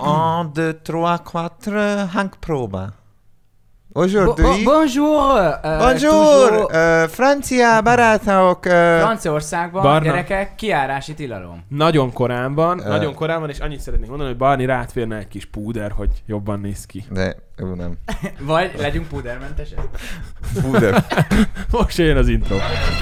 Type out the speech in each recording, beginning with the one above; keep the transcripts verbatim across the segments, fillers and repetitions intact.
un, deux, trois, quatre, hangpróba. Aujourd'hui... Bo- bonjour! Uh, Bonjour! Uh, francia barátok! Uh... Franciaországban, Barna. gyerekek, kijárási tilalom. Nagyon korán van, Uh. nagyon korán van, és annyit szeretnék mondani, hogy Barni rátférne egy kis púder, hogy jobban néz ki. De, jó nem. Vagy legyünk púdermentesek. Púder. Most jön az intro.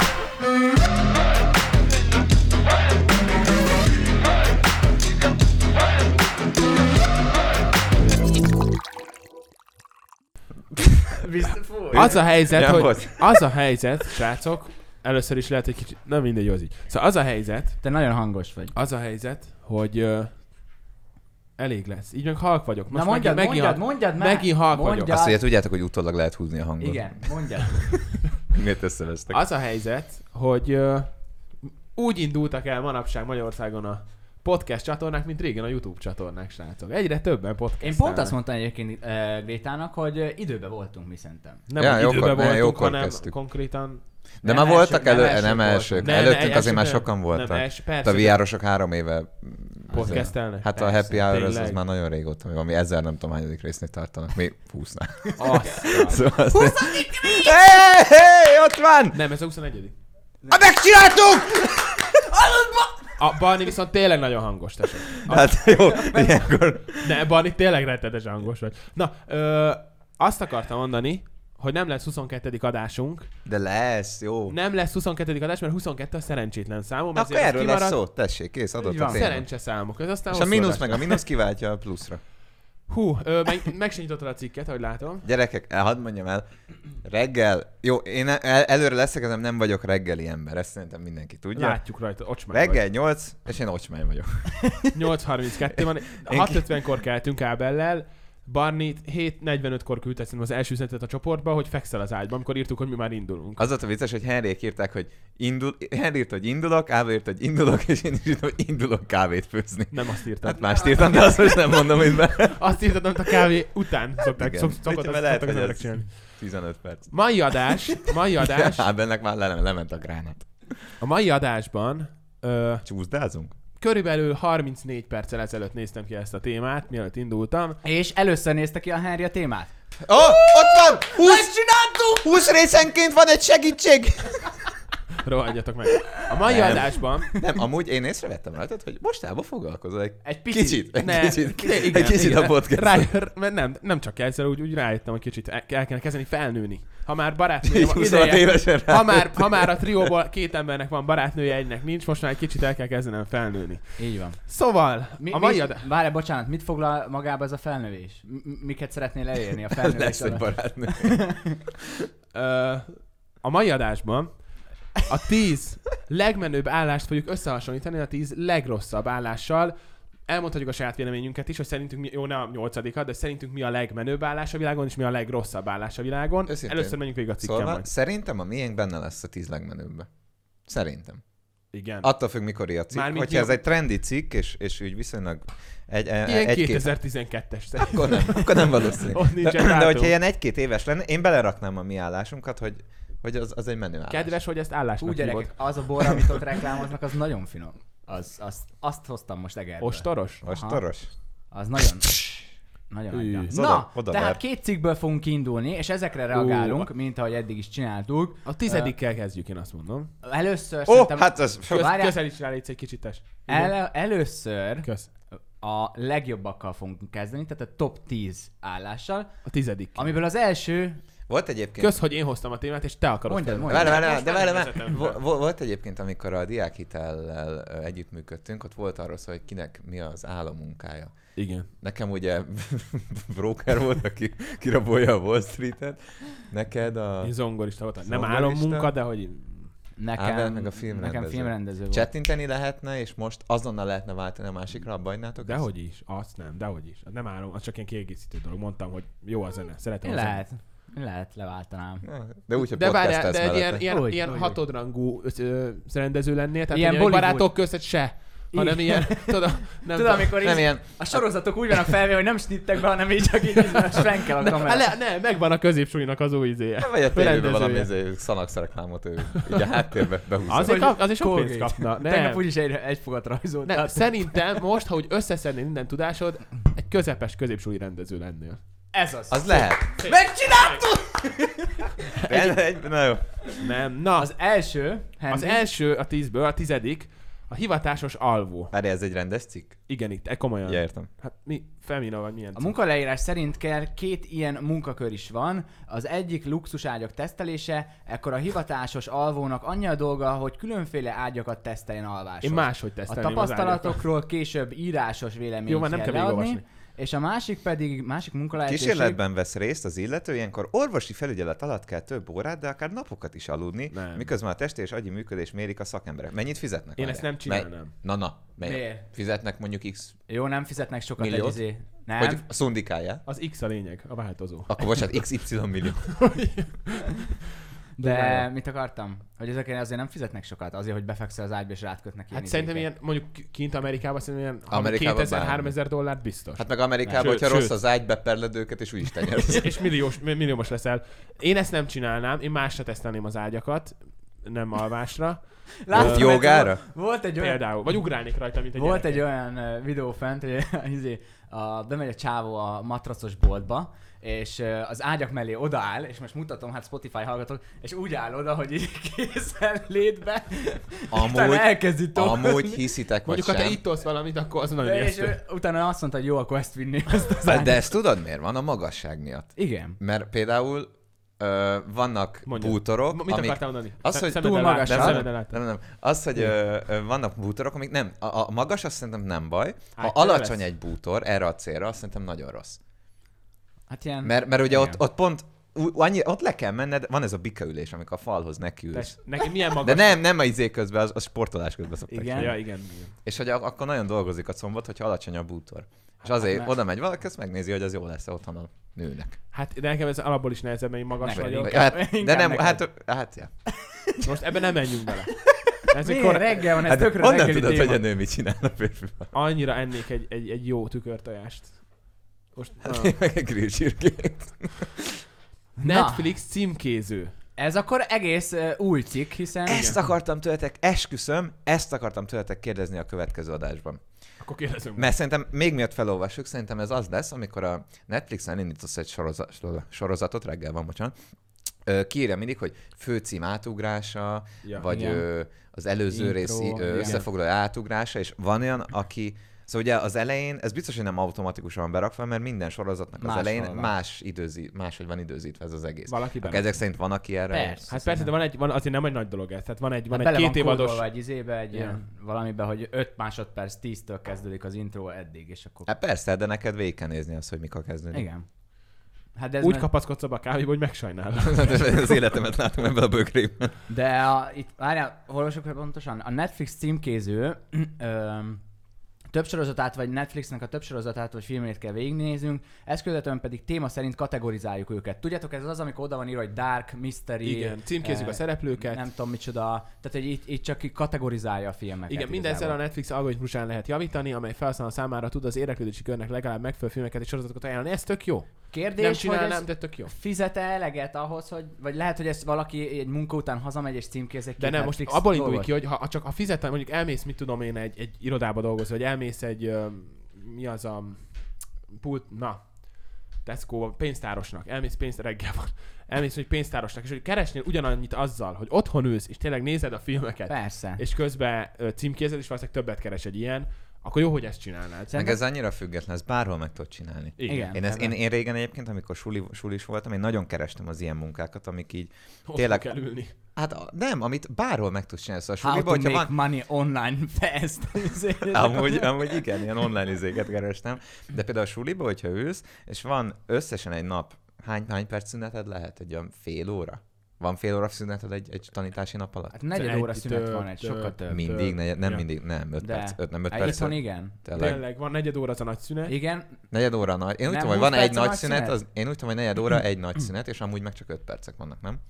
Biztos, fú. Az a helyzet, Nem hogy volt. az a helyzet, srácok, először is lehet egy kicsit, nem mindegy, az így. Szóval az a helyzet, Te nagyon hangos vagy. az a helyzet, hogy uh, elég lesz. Így meg halk vagyok. Most Na mondjad, megint, mondjad, megint, mondjad már. megint halk vagyok. Mondjad. Azt ugye tudjátok, hogy utólag lehet húzni a hangot. Igen, mondjad. Miért összevesztek? Az a helyzet, hogy uh, úgy indultak el manapság Magyarországon a podcast csatornák, mint régen a YouTube csatornák, srácok. Egyre többen podcastelnek. Én pont azt mondtam egyébként uh, Grétának, hogy uh, időben voltunk mi szerintem. Nem, Ja, hogy jókor- időben ne, voltunk, jókor hanem kezdtük. konkrétan... De Nem már voltak elsők, nem elő, elsők nem elsők. voltunk. Nem, Előttünk nem, azért már elsők sokan nem. voltak. Nem, els, Hát persze. a vé er-osok három éve Podcastelnek? Hát a Persze, Happy Hour az, az tényleg. már nagyon régóta, ami valami ezer nem tudom hányadik résznél tartanak. Mi húsznál. Azt. Szóval azt Hé, hé, ott van! Nem, ez a huszonegyedik. Ah, megcsináltuk! A Barni viszont tényleg nagyon hangos, tessék. Hát jó, ilyenkor... Ne, Barni tényleg rettetesen hangos vagy. Na, ö, azt akartam mondani, hogy nem lesz huszonkettő adásunk. De lesz, jó. Nem lesz huszonkettő adás, mert huszonkettő a szerencsétlen számom. Akkor erről lesz szó. Tessék, kész, adott Így a van. téma. Szerencse számok. Ez aztán És a hosszú mínusz adás. meg a mínusz kiváltja a pluszra. Hú, ö, meg, meg se nyitottad a cikket, ahogy látom. Gyerekek, el- hadd mondjam el, reggel, jó, én el, előre leszek, nem vagyok reggeli ember, ezt szerintem mindenki tudja. Látjuk rajta, ocsmány Reggel nyolc, és én ocsmány vagyok. vagy. nyolc harminckettő van. hat ötvenkor keltünk Ábellel. Barnit hét negyvenötkor küldte szerintem az első üzenetet a csoportba, hogy fekszel az ágyban, amikor írtuk, hogy mi már indulunk. Az volt a vicces, hogy Henryék írták, hogy indul, Henry írt, hogy indulok, Ába írt, hogy indulok, és én is írtam, hogy indulok kávét főzni. Nem azt írtam. Hát mást írtam, de azt most nem mondom, hogy be. Azt írtam, amit a kávé után szokták, Igen. szok, szokott, Úgyhogy azt lehet, szoktak az hogy emberek ez- csinálni. tizenöt perc. Mai adás, mai adás, Ábelnek már le, lement a gránat. a mai adásban ö, Csúszdázunk? körülbelül harmincnégy perccel ezelőtt néztem ki ezt a témát, mielőtt indultam. És először nézte ki a Henry a témát? Ó, oh, ott van! húsz, húsz részenként van egy segítség! Rohadjatok meg. A mai Nem. adásban... Nem, amúgy én észrevettem rajtad, hogy mostában foglalkozol egy, Egy picit. kicsit. Egy Ne, kicsit, de igen, egy kicsit igen. a podcast. Rá, mert nem, nem csak ezzel, úgy, úgy rájöttem, hogy kicsit el, el kellene kezdeni felnőni. Ha már barátnője van, huszonhat ideje, évesen ha már, ha már a trióból két embernek van barátnője, egynek nincs, most már egy kicsit el kell kezdenem felnőni. Így van. Szóval, Mi, a mai mi, adás... várj, bocsánat, mit foglal magába ez a felnövés? M- miket szeretnél elérni a felnövés Lesz egy alatt? barátnő. Ö, a mai adásban a tíz legmenőbb állást fogjuk összehasonlítani a tíz legrosszabb állással. Elmondhatjuk a saját véleményünket is, hogy szerintünk mi, jó, nem a nyolcadikat, de szerintünk mi a legmenőbb állás a világon, és mi a legrosszabb állás a világon. Őszintén. Először menjünk végig a cikkem Szóval majd. szerintem a miénk benne lesz a tíz legmenőbbe. Szerintem. Igen. Attól függ, mikor a cikk. Mármint Hogyha jó- ez egy trendi cikk, és, és úgy viszonylag egy, Ilyen egy-két... kétezer-tizenkettes szerintem. Akkor nem, akkor nem valószínű. Ott De, nincsen de dátum. hogyha ilyen egy-két éves lenne, én beleraknám a mi állásunkat, hogy, hogy az, az egy menő állás. Kedves, hogy ezt állásnak Úgy hívod. gyerekek, az a bor, amit ott reklámoznak, az nagyon finom. Az, azt, azt hoztam most Egerből. Ostoros? Ostoros? Az nagyon... Nagyon Üj. adja. Oda- Na, oda tehát ver. két cikkből fogunk indulni, és ezekre reagálunk, mint ahogy eddig is csináltuk. A tizedikkel kezdjük, én azt mondom. Először Ó, szerintem... hát az... Köz, Várjál. közelíts rá, légy egy kicsit tess. El, először Kösz. a legjobbakkal fogunk kezdeni, tehát a top tíz állással, A tizedik. amiből az első... Volt egyébként... Kösz, hogy én hoztam a témát, és te akarod Mondjad, felvenni. mondjad. Várj, várj, Most de már várj, nem várj, vezetem fel. vo- volt egyébként, amikor a diákhitellel ö, együttműködtünk, ott volt arról szó, hogy kinek mi az álommunkája. Igen. Nekem ugye broker volt, aki kirabolja a Wall Street-et. Neked a Én zongorista voltam. Nem Zongorista. álommunka, de hogy... Nekem, Ábel meg a filmrendező. nekem filmrendező volt. csettinteni lehetne, és most azonnal lehetne váltani a másikra, abba hagynátok? ezt? Dehogy is, azt nem, dehogy is. Nem állom, az csak ilyen kiegészítő dolog. Mondtam, hogy jó a zene, szeretem Én a zenét. lehet. Én lehet, leváltanám. Ja, de úgy, hogy De várjál, podcastelsz de egy ilyen, mellette. ilyen, Úgy, ilyen úgy, úgy. hatodrangú ö, rendező lennél, tehát Ilyen ilyen Bollywood. barátok között se, hanem ilyen, tudod, nem Tudod, amikor Nem így, ilyen... a sorozatok úgy vannak felvé, hogy nem snittek be, hanem így csak így fenkel a ne, kamera. hát le, ne, megvan a középsúlynak az új izéje. Vagy a tévében valami Rendezője. izé, Szanax reklámot ő így a háttérbe behúzza. Azért, kap, azért sok Colgate. pénzt kapna. Tegnap Nem, úgyis egy, egy fogat rajzolt. nem, tehát- szerintem most, ha úgy összeszednél minden tudásod, egy közepes középsúlyi rendező lennél. Ez az. Az lehet. Megcsináltuk! Egy, egy, na jó. Nem, na. Az első, Henry, Az első a tízből, a tizedik, a hivatásos alvó. Várj, ez egy rendes cikk? Igen, itt, komolyan. Ja, értem. Hát mi, Femina vagy milyen a cikk? munkaleírás szerint kell két ilyen munkakör is van. Az egyik luxuságyak tesztelése, ekkor a hivatásos alvónak annyi a dolga, hogy különféle ágyakat teszteljen alváshoz. Én máshogy A tesztelném az tapasztalatokról később írásos véleményt Jó, már nem kell kell leadni, végigolvasni. és a másik pedig, másik munkalehetőség... Kísérletben vesz részt az illető, ilyenkor orvosi felügyelet alatt kell több órát, de akár napokat is aludni, Nem. miközben a testi és agyi működés mérik a szakemberek. Mennyit fizetnek? Én várjál? ezt nem csinálnám. Me- na, na, mely- Miért? Fizetnek mondjuk X, Jó, nem fizetnek sokat egy Milliót? izé. Nem. hogy a szundikájá. Az X a lényeg, a változó. Akkor bocsánat, iksz ipszilon millió. De mit akartam? Hogy ezekért azért nem fizetnek sokat, azért, hogy befekszel az ágyba és rátkötnek ilyen Hát szerintem izéket. ilyen, mondjuk kint Amerikában szerintem ilyen Amerikában kétezer-háromezer dollárt biztos. Hát meg Amerikában, Sőt, hogyha rossz sőt. az ágy, beperled őket, és úgyis tenyersz. és milliós, milliómos leszel. Én ezt nem csinálnám, én másra tesztelném az ágyakat, nem alvásra. Láttam, Ö, jogára? egyszer Volt egy olyan... Például. Vagy ugrálnék rajta, mint egy Volt gyerek. egy olyan uh, videó fent, hogy izé, a, bemegy a csávó a matracos boltba, és uh, az ágyak mellé odaáll, és most mutatom, hát Spotify hallgatok, és úgy áll oda, hogy így készen létbe, Amúgy- utána elkezdi tolni. Amúgy hiszitek, vagy Mondjuk, ha te sem. itt tolsz valamit, akkor az nagyon De, és ijesztő. ő, utána azt mondta, hogy jó, akkor ezt vinni azt az De ágyat. ezt tudod miért van? A magasság miatt. Igen. Mert például ö, vannak Mondjad. bútorok, Mit amik... akartál mondani? Az, Te- hogy szemeddel túl lát- magas, nem, nem? szemeddel láttam. Nem, nem. Az, hogy ö, ö, vannak bútorok, amik nem... A, a magas azt szerintem nem baj. Ha Hát, alacsony lesz. egy bútor erre a célra, azt szerintem nagyon rossz. Hát ilyen... Mert, mert ugye igen. ott, ott pont... ú- Annyi, ott le kell menned, van ez a bikaülés, amikor a falhoz nekiülsz. Tess, neki milyen De magas? nem, nem a izé közben, az, az sportolás közben szokták. Igen. csinálni. Ja, igen. igen. És hogy ak- akkor nagyon dolgozik a combot, hogyha alacsony a bútor. És Hát, azért mert- oda megy valaki, azt megnézi, hogy az jó lesz otthon a nőnek. Hát de nekem ez alapból is nehezebb, mert én magas Neked vagyok. inkább. Hát, de inkább nem, neked. hát, hát, ja. Most ebben nem menjünk bele. Ez Miért? mikor Reggel van, ez Hát, tökre honnan reggeli tudod, téma. hogy a nő mit csinál a férfival? annyira ennék egy, egy, egy jó tükörtojást. Most, Hát na. én meg egy grillcsirkét. Netflix címkéző. Ez akkor egész uh, új cikk, hiszen... Ezt akartam tőletek, esküszöm, ezt akartam tőletek kérdezni a következő adásban. Akkor kérdezünk. Mert szerintem még miatt felolvassuk, szerintem ez az lesz, amikor a Netflixen elindítasz egy sorozat, sorozatot, reggel van, bocsánat, ö, kiírja mindig, hogy főcím átugrása, Ja. vagy Igen. ö, az előző Intro, rész igen. összefoglaló átugrása, és van olyan, aki... Szóval ugye az elején, ez biztos, hogy nem automatikusan berakva, mert minden sorozatnak az Máshol elején van. más időzi, máshogy van időzítve ez az egész. Valaki Akkor benne. ezek szerint van, aki erre... Persze. Hát persze, de van egy, van, azért nem egy nagy dolog ez. Tehát van egy, van Hát egy bele két van évados... kódolva egy izébe, egy Igen. ilyen valamiben, hogy öt másodperc tíztől kezdődik az intro eddig, és akkor... Hát persze, de neked végig kell nézni azt, hogy mikor kezdődik. Igen. Hát de ez Úgy meg- kapaszkodsz abba a kávéba, hogy megsajnál. Az életemet látom ebben a bögrében. De a, itt, várjál, hol olvasok fel pontosan? A Netflix címkéző öm, több sorozatát, vagy Netflixnek a több sorozatát, vagy filmét kell végignéznünk, ezt követően pedig téma szerint kategorizáljuk őket. Tudjátok, ez az, amikor oda van írva, hogy dark, mystery, Igen, címkézzük eh, a szereplőket. nem tudom micsoda, tehát hogy itt, itt csak így kategorizálja a filmeket. Igen, mindezzel a igazából. Netflix algoritmusán lehet javítani, amely felhasználó számára tud az érdeklődési körnek legalább megfelelő filmeket és sorozatokat ajánlani. Ez tök jó. Kérdés, Nem hogy csinálnám, ez de tök jó. fizet-e eleget ahhoz, hogy, vagy lehet, hogy ezt valaki egy munka után hazamegy és címkéz egy De két nem, most Netflix abból indulj dolgot? ki, hogy ha ha csak ha fizetem, mondjuk elmész, mit tudom én, egy, egy irodába dolgozni, vagy elmész egy, ö, mi az a pult, na, Tesco pénztárosnak, elmész pénz reggel van, elmész egy pénztárosnak, és hogy keresnél ugyanannyit azzal, hogy otthon ülsz, és tényleg nézed a filmeket, Persze. és közben ö, címkézed, és valószínűleg többet keres egy ilyen, akkor jó, hogy ezt csinálnád. Meg Szerintem- ez annyira független, ez bárhol meg tudod csinálni. Igen. Én, ez, én, ebben. én régen egyébként, amikor suli, sulis voltam, én nagyon kerestem az ilyen munkákat, amik így, Otthon tényleg- kell ülni. hát a- nem, amit bárhol meg tudsz csinálni. Szóval How suliba, to hogyha make van, money online fast. amúgy, amúgy igen, ilyen online izéket kerestem, de például a suliba, hogyha ülsz, és van összesen egy nap, hány, hány perc szüneted lehet? Egy olyan fél óra? Van fél óra szüneted egy, egy tanítási nap alatt? Hát negyed óra Egy szünet több, van, egy sokkal több. több. Mindig, negyed, nem Ja. mindig, nem, öt De. perc, öt, nem öt Hát perc. itthon igen. Tényleg. Tényleg, van negyed óra az a nagy szünet. Igen, Negyed óra nagy. Én úgy Nem tudom, hogy van húsz egy perc a nagy nagy szünet, szünet? az, én úgy tudom, hogy negyed óra egy nagy szünet, és amúgy meg csak öt percek vannak, nem?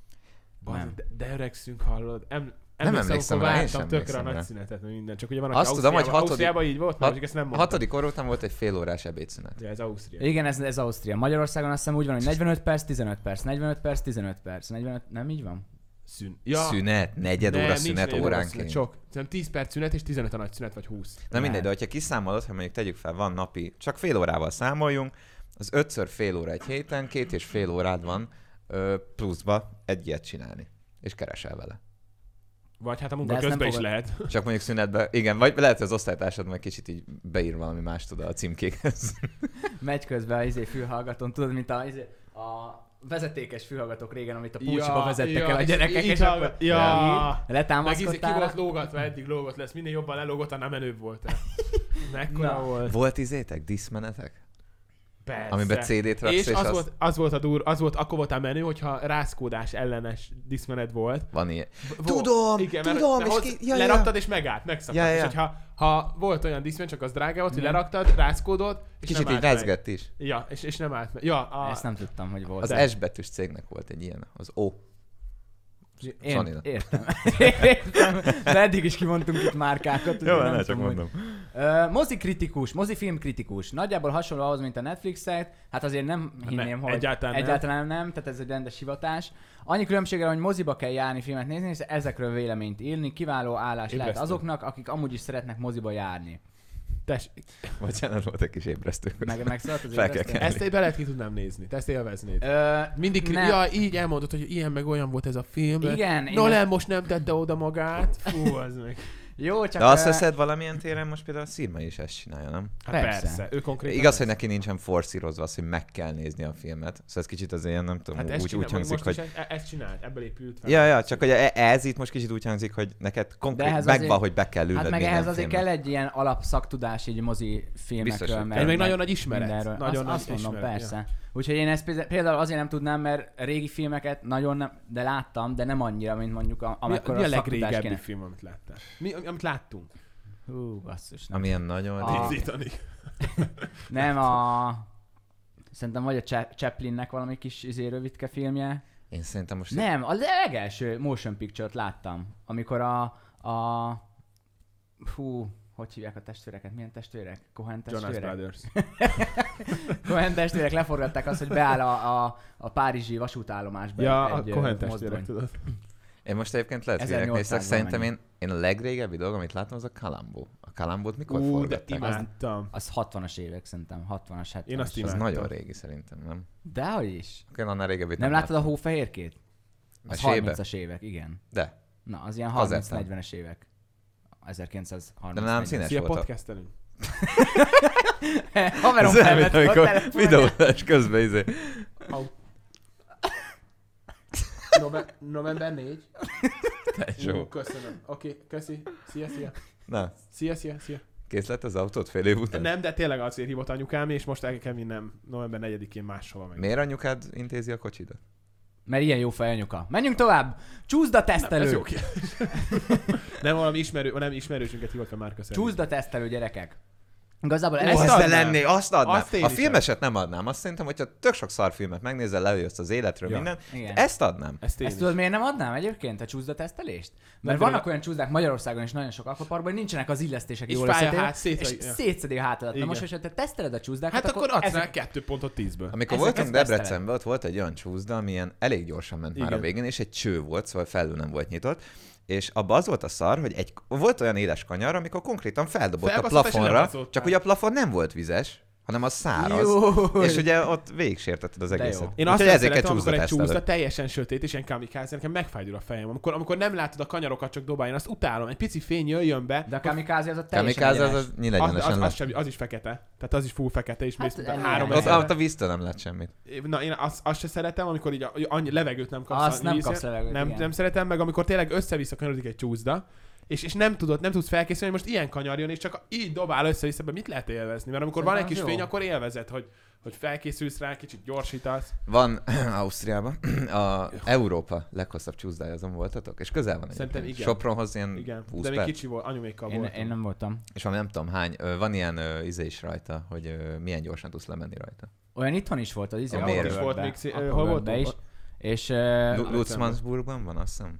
Bazd, Nem. De, de öregszünk, hallod. Em, Nem emlékszem amikor rá, én vártam sem tökre a emlékszem nagy rá. szünetet, meg minden. Csak ugye van, Azt aki tudom, hogy Ausztriában- hatodik- Ausztriában így volt, hat- mert mondjuk ezt nem A mondtam. hatodik óra után volt egy fél órás ebédszünet. Ja, ez Ausztria. igen, ez, ez Ausztria. Magyarországon azt hiszem úgy van, hogy negyvenöt perc, tizenöt perc, negyvenöt perc, tizenöt perc, negyvenöt, nem így van? Szün. Ja. Szünet, negyed Nem, óra nincs szünet negyed óra óránként. Szünet, sok. Szerintem tíz perc szünet és tizenöt a nagy szünet, vagy húsz. Na mindegy, de hogyha kiszámolod, ha mondjuk tegyük fel, van napi, csak fél órával számoljunk, az ötször fél óra egy héten, két és fél órád van ö, pluszba egy ilyet csinálni. És keresel vele. Vagy hát a De munka ezt közben nem is fogod- lehet. Csak mondjuk szünetben, igen, vagy lehet, hogy az osztálytársad majd kicsit így beír valami mást oda a címkékhez. Megy közben a izé fülhallgatón, tudod, mint a, izé, a vezetékes fülhallgatók régen, amit a pulcsiba Ja, vezettek ja, el a és gyerekek, így és hallgat- akkor ja. így Meg ízi, ki letámaszkodtál. volt lógatva, eddig lógott lesz. Minél jobban lelógott, annál menőbb volt. Mekkora Na. volt. Volt izétek, diszmenetek? Persze. Amiben cé dét raksz, és, és az, az... volt, az volt a dur, az volt, akkor volt a menő, hogyha rázkódás ellenes diszmenet volt. Van ilyen. Volt. Tudom, Igen, tudom, mert, és mert ki- ki, ja, ja. leraktad és megállt, megszakadt. Ja, ja. És hogyha ha volt olyan diszmen, csak az drága volt, hogy Igen. leraktad, rázkódod, és Kicsit nem így állt meg. rezgett is. Ja, és, és nem állt meg. Ja, a, Ezt nem tudtam, hogy volt. Az S betűs cégnek volt egy ilyen, az O. Én Sonynak. értem. értem. De eddig is kimondtunk itt márkákat. Jó, úgyhogy ne, nem csak tudom, hogy- mondom. Ö, mozikkritikus, mozifilmkritikus. Nagyjából hasonló ahhoz, mint a Netflixet. Hát azért nem hinném, ne, hogy egyáltalán nem. egyáltalán nem, tehát ez egy rendes hivatás. Annyi különbséggel, hogy moziba kell járni, filmet nézni, és ezekről véleményt írni. Kiváló állás lehet Ébresztő. azoknak, akik amúgy is szeretnek moziba járni. Tess, Bocsánat, volt egy kis ébresztő. Meg, meg szólt az Fel kell ébresztő? kelni. ezt egy be lehet ki tudnám nézni, te ezt élveznéd. Ö, Mindig, kri- nem. ja, így elmondod, hogy ilyen meg olyan volt ez a film. Igen, én- Nolan most nem tette oda magát. Fú, az meg. Jó, csak... De azt ö, veszed valamilyen téren, most például a Szirma is ezt csinálja, nem? Hát Persze. persze. Ő konkrétan... Igaz, hogy neki nincsen forszírozva az, hogy meg kell nézni a filmet. Szóval ez kicsit az ilyen, nem tudom, Hát úgy, ezt úgy csinál, hangzik, most hogy... is e- ezt csinált, ebből épült fel. Ja, ja, csak hogy e- ez itt most kicsit úgy hangzik, hogy neked konkrét ehhez megvan, azért- hogy be kell ülnöd Hát meg minden ehhez azért filmet. kell egy ilyen alapszaktudás így mozi Biztos, filmekről, hogy meg, kell. Meg meg nagyon nagy ismeret. mindenről. Nagyon azt, nagy azt mondom, ismeret, persze. Úgyhogy én ezt például- például azért nem tudnám, mert régi filmeket nagyon nem, de láttam, de nem annyira, mint mondjuk a, Mi, amikor mi a a szaktudás legrégebbi kéne. film, amit láttál? Mi, amit láttunk? Hú, basszus, nem. Amilyen nagyon... A- Titanic. Nem a... Szerintem vagy a Cha- Chaplinnek valami kis izé rövidke filmje. Én szerintem most... Nem, a legelső motion picture-t láttam, amikor a... a... Hú, hogy hívják a testvéreket? Milyen testvérek? Cohen Jonas testvérek? Brothers. Cohen testvérek leforgatták azt, hogy beáll a, a, a párizsi vasútállomásba Ja, a egy ö, Cohen mozdony. testvérek, tudod. Én most egyébként lehet, hogy ezernyolcszáz néztek, szerintem valamennyi. én, én a legrégebbi dolog, amit láttam, az a Columbo. A Columbo-t mikor Ú, de forgatták? imádtam. Az hatvanas évek szerintem, hatvanas, hetvenes. Én azt Az imádtam. nagyon régi szerintem, nem? Dehogy is. Akkor én annál régebbit Nem nem láttad a hófehérkét? Az Mesébe? harmincas évek, igen. De. Na, az ilyen Kazettán. harminc-negyvenes évek. ezerkilencszázharminc. De nem színes Szia, volt a... podcastelünk. Haverom Ez olyan, mint felvett a amikor telefonját. videózás közben izé. Au. Nove- november négy. Tesó. Ú, köszönöm. Oké, okay, köszi. Szia, szia. Na, Szia, szia, szia. kész lett az autót fél év után? Nem, de tényleg azért hívott anyukám, és most el kell vinnem november negyedikén máshova meg. Miért anyukád intézi a kocsidat? Mert ilyen jó fejanyuka. Menjünk tovább! Csúszda Ez tesztelő! jó kérdés. Nem valami ismerő, nem ismerősünket hívott fel Márka szerint. Csúszda tesztelő gyerekek. Igazából Ezt Ó, ez adnám. ezzel lenné, azt adnám. Azt én a is filmeset nem adnám. Azt szerintem, hogyha tök sok szarfilmet megnézel, leülsz az életről, Ja. minden, Igen. ezt adnám. Ezt én Ezt is. tudod, miért nem adnám egyébként a csúszda tesztelést? Mert Nem, vannak de- olyan csúszdák Magyarországon is nagyon sok akvaparkban, hogy nincsenek az illesztések És jól fáj a összetéve, hát, szét- és ja. szétszedi a hátadat. Na Igen. most, hogyha te teszteled a csúszdákat, Hát akkor adsz rá ezek... kettő pontot tízből. Amikor Ezek- voltunk ezt Debrecenben, ott volt egy olyan csúszda, ami ilyen elég gyorsan ment már a Igen. végén, és egy cső volt, szóval felül nem volt nyitott. És abban az volt a szar, hogy egy, volt olyan éles kanyar, amikor konkrétan feldobott a Felbasztott, és plafonra, lebazottál. csak ugye a plafon nem volt vizes, hanem az száraz. Jó. És ugye ott végig sértetted az De jó. egészet. Én Úgyhogy azt nem ezért szeretem, kell amikor egy csúszda csúszda tesztelő. teljesen sötét, és ilyen kamikáze, nekem megfájdul a fejem. Amikor, amikor nem látod a kanyarokat, csak dobáljon, azt utálom. Egy pici fény jöjjön be. De a kamikáze az a teljesen Kamikáze az, egyenes. az az, nyílegyenesen az, az, lesz. sem, az, is fekete. Tehát az is full fekete, és Hát, mész ennél három nem. Ott, ezer. ott a víztől nem lett semmit. Na, én azt, azt se szeretem, amikor így a- annyi levegőt nem kapsz. Azt a nem vízre. kapsz levegőt, nem, igen. nem szeretem, meg amikor tényleg össze-vissza kanyarodik egy csúszda, és, és nem tudod, nem tudsz felkészülni, hogy most ilyen kanyar jön, és csak így dobál össze-vissza, be mit lehet élvezni? Mert amikor van egy Szerintem kis jó. fény, akkor élvezed, hogy, hogy felkészülsz rá, kicsit gyorsítasz. Van Ausztriában, a Európa leghosszabb csúszdája, azon voltatok? És közel van Szerintem egyébként. igen. Sopronhoz ilyen Igen, húsz de még perc. kicsi volt, anyumékkal Én, voltam. én nem voltam. És valami nem tudom hány, ö, van ilyen ö, izé is rajta, hogy ö, milyen gyorsan tudsz lemenni rajta. Olyan itthon is volt az izé. A a mérő. Is volt Aquaworld-be. még szé- ö, hol Aquaworld-be voltunk? is. És uh, Lu- Lutzmannsburgban van, azt hiszem.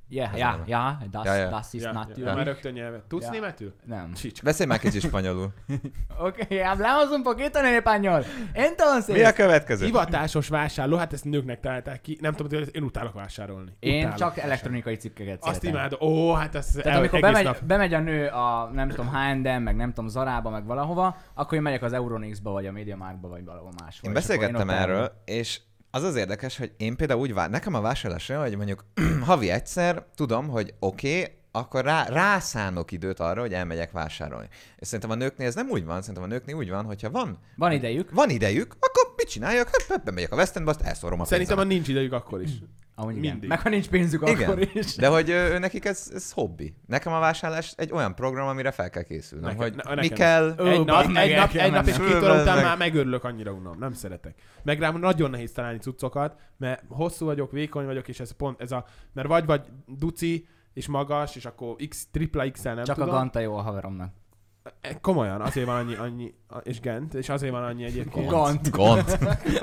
Yeah, Ez ja, nem. ja, das, Ja, ja. das ist Ja, ja, natürlich. már rögtön nyelvet. Tudsz Ja. németül? Nem. Csics. Beszélj már kicsit spanyolul. Ok, hablamos un poquito en español. Entonces... Mi a következő? Hivatásos vásárló, hát ezt nőknek találták ki. Nem tudom, hogy én utálok vásárolni. Én Utálok csak vásárolni. elektronikai cikkeket Azt szeretem. imádom. Ó, hát ez Tehát el, amikor egész bemegy, nap. bemegy a nő a nem tudom há és em, meg nem tudom Zarába, meg valahova, akkor én megyek az Euronix-ba, vagy a MediaMarktba, vagy valahol máshol. Én És akkor beszélgettem ott erről, elmegyek. és az az érdekes, hogy én például úgy vár, nekem a vásárlás olyan, hogy mondjuk havi egyszer tudom, hogy oké, okay, akkor rá, rászánok időt arra, hogy elmegyek vásárolni. És szerintem a nőknél ez nem úgy van, szerintem a nőknél úgy van, hogyha van, Van idejük. van idejük, akkor mit csináljak? Hát bemegyek a West Endbe, azt elszorom a Szerintem, ha pénzemet. nincs idejük, akkor is. Amúgy igen. Mindig. Meg ha nincs pénzük, Igen. akkor is. De hogy ő, ő nekik ez, ez hobbi. Nekem a vásárlás egy olyan program, amire fel kell készülnöm, Nekem- hogy ne- mi nekem. kell. Ó, Egy nap, bazd meg, egy el nap, kell egy nap és mennem. két óra Fölben után meg- már megörülök, annyira unom. Nem szeretek. Meg rám nagyon nehéz találni cuccokat, mert hosszú vagyok, vékony vagyok, és ez pont ez a... Mert vagy vagy duci, és magas, és akkor X, tripla X-el nem Csak tudom. a Ganta jó a haveromnak. E, Komolyan, azért van annyi, annyi, és Gent, és azért van annyi egyébként. Gant. Gont.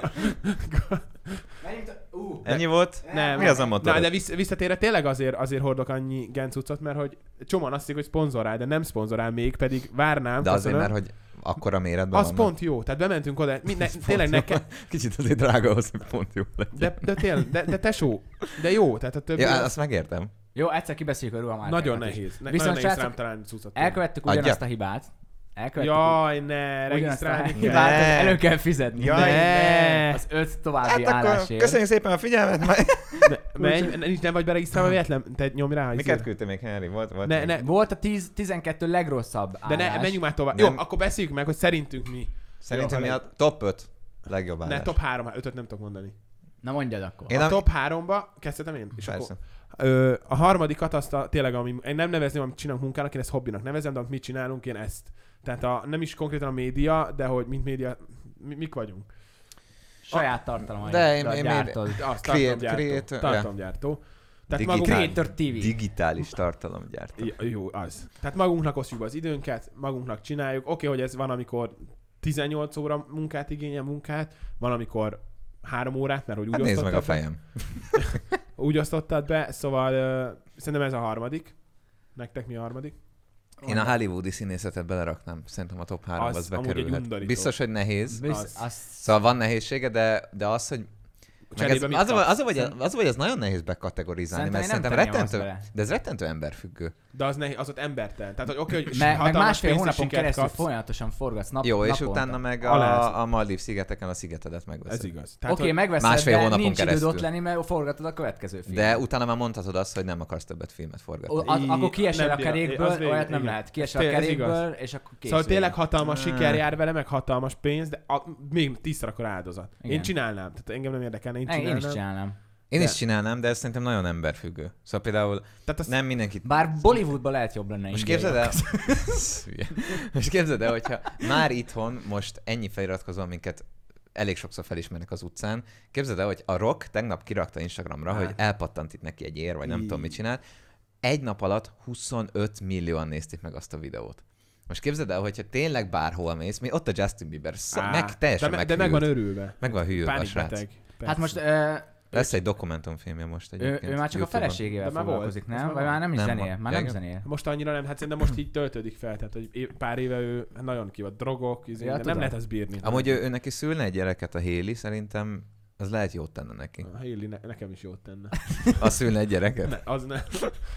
Uh, Ennyi volt? Nem. Mi az a motor? Na, de vissz, visszatérve tényleg azért, azért hordok annyi Gent cuccot, mert hogy csomóan azt hiszik, hogy szponzorál, de nem szponzorál még, pedig várnám. De azért, köszönöm. mert hogy akkora méretben Az vannak. pont jó, tehát bementünk oda, mi, ne, Az tényleg pont jó. nekem, Kicsit azért drága ahhoz, hogy pont jó legyen. de, de tényleg, de, de tesó, de jó, tehát a többi Ja, az azt megértem. Jó, egyszer kibeszéljük a ruhamárkákat nagyon is. nehéz. Ne, Viszont nagyon nehéz srácok, rám találni cuccot. Elkövettük Adja. ugyanazt a hibát. Elkövettük Jaj, ne, ugyanazt a regisztrálni kell. hibát, hogy Ne. elő kell fizetni. Jaj, ne. Az öt további Hát akkor állásért. köszönjük szépen a figyelmet. Majd... Ne, menj, nincs, nem vagy beregisztrálva véletlen, te nyomj rá. Miket izé. küldtél még, Henry? Volt, volt Ne, még? ne, Volt a tíz tizenkettő legrosszabb de ne, állás. menjünk már tovább. Nem. Jó, akkor beszéljük meg, hogy szerintünk mi. Szerintem Jó, mi ha a top öt legjobb állás. Ne, top három, ötöt nem tudok mondani. Na mondjad akkor. Én a a- top háromba kezdhetem én? És Persze. akkor, ö, a harmadikat azt a, tényleg, ami, én nem nevezném, amit csinálunk munkának, én ezt hobbinak nevezem, de amit mit csinálunk, én ezt. Tehát a, nem is konkrétan a média, de hogy mint média, mi, mik vagyunk. Saját tartalom. De én- én- gyártod. Azt Create- tartalomgyártó. creator- tartalomgyártó. Tehát Digitál- magunk, Creator té vé. Digitális tartalomgyártó. Ja, jó, az. Tehát magunknak osztjuk az időnket, magunknak csináljuk. Oké, hogy ez van, amikor tizennyolc óra munkát igényel munkát, van, amikor három órát, mert hogy úgy Hát nézd meg a osztottad be. fejem. Úgy osztottad be, szóval uh, szerintem ez a harmadik. Nektek mi a harmadik? Én a hollywoodi színészetet beleraknám. Szerintem a top háromba Az az amúgy egy bekerülhet. undorító. Biztos, hogy nehéz. Bizt, Az. azt... Szóval van nehézsége, de, de az, hogy meg ez, Cserébe mit az, a- kapsz? az, a- vagy, az, vagy az nagyon nehéz bekategorizálni, Szerintem mert én nem szerintem tenném azt rettentő, bele. de ez rettentő emberfüggő. De az, nehéz, az ott embertelen. Tehát, hogy oké, hogy Me, meg hatalmas másfél pénzt és hónapon sikert keresztül kapsz. folyamatosan forgatsz nap, Jó, és naponta. utána meg Aláz. a, a Maldív szigeteken a szigetedet megveszed. Ez igaz. Oké, Tehát, okay, hogy megveszed, másfél de hónapon nincs időd keresztül. ott lenni, mert forgatod a következő filmet. De utána már mondhatod azt, hogy nem akarsz többet filmet forgatni. O, az, Í- akkor kiesel nem a bírom. kerékből, Az végig, olyat nem igen. lehet. Kiesel a Ez kerékből, és akkor kész. Szóval tényleg vége. hatalmas Ah. siker jár vele, meg hatalmas pénz, de a, még tízszer akkor áldozat. Igen. Én csinálnám, tehát engem nem érdekelne, én Én, csinálnám. én is csinálnám. Én de- is csinálnám, de ez szerintem nagyon emberfüggő. Szóval például Tehát azt nem mindenki... Bár Bollywoodban lehet jobb lenne. Most indiai. képzeld el, Hülye. most képzeld el, hogyha már itthon most ennyi feliratkozó, minket elég sokszor felismernek az utcán, képzeld el, hogy a Rock tegnap kirakta Instagramra, Hát. hogy elpattant itt neki egy ér, vagy nem Í. tudom mit csinált. Egy nap alatt huszonöt millióan nézték meg azt a videót. Most képzeld el, hogyha tényleg bárhol mész, mi ott a Justin Bieber, szó, Á, meg teljesen de, me- de meghűlt. meg van örülve. Meg van hűlve a srác. Pánikbeteg. Hát most Persze. ö, Lesz egy dokumentumfilmje most ő, egyébként. ő már csak a YouTube-on. feleségével De már foglalkozik, volt. Ez nem? már Vagy már nem is Nem zenél? van. Már Ja, nem igen. zenél. Most annyira nem, hát szerintem most így töltődik fel, tehát hogy é- pár éve ő nagyon ki volt, drogok, izé, Ja, de tudom. nem lehet ezt bírni. Amúgy ő, ő neki szülne egy gyereket, a Hailey, szerintem az lehet jót tenne neki. A Hailey ne, nekem is jót tenne. Az szülne egy gyereket? Ne, az ne.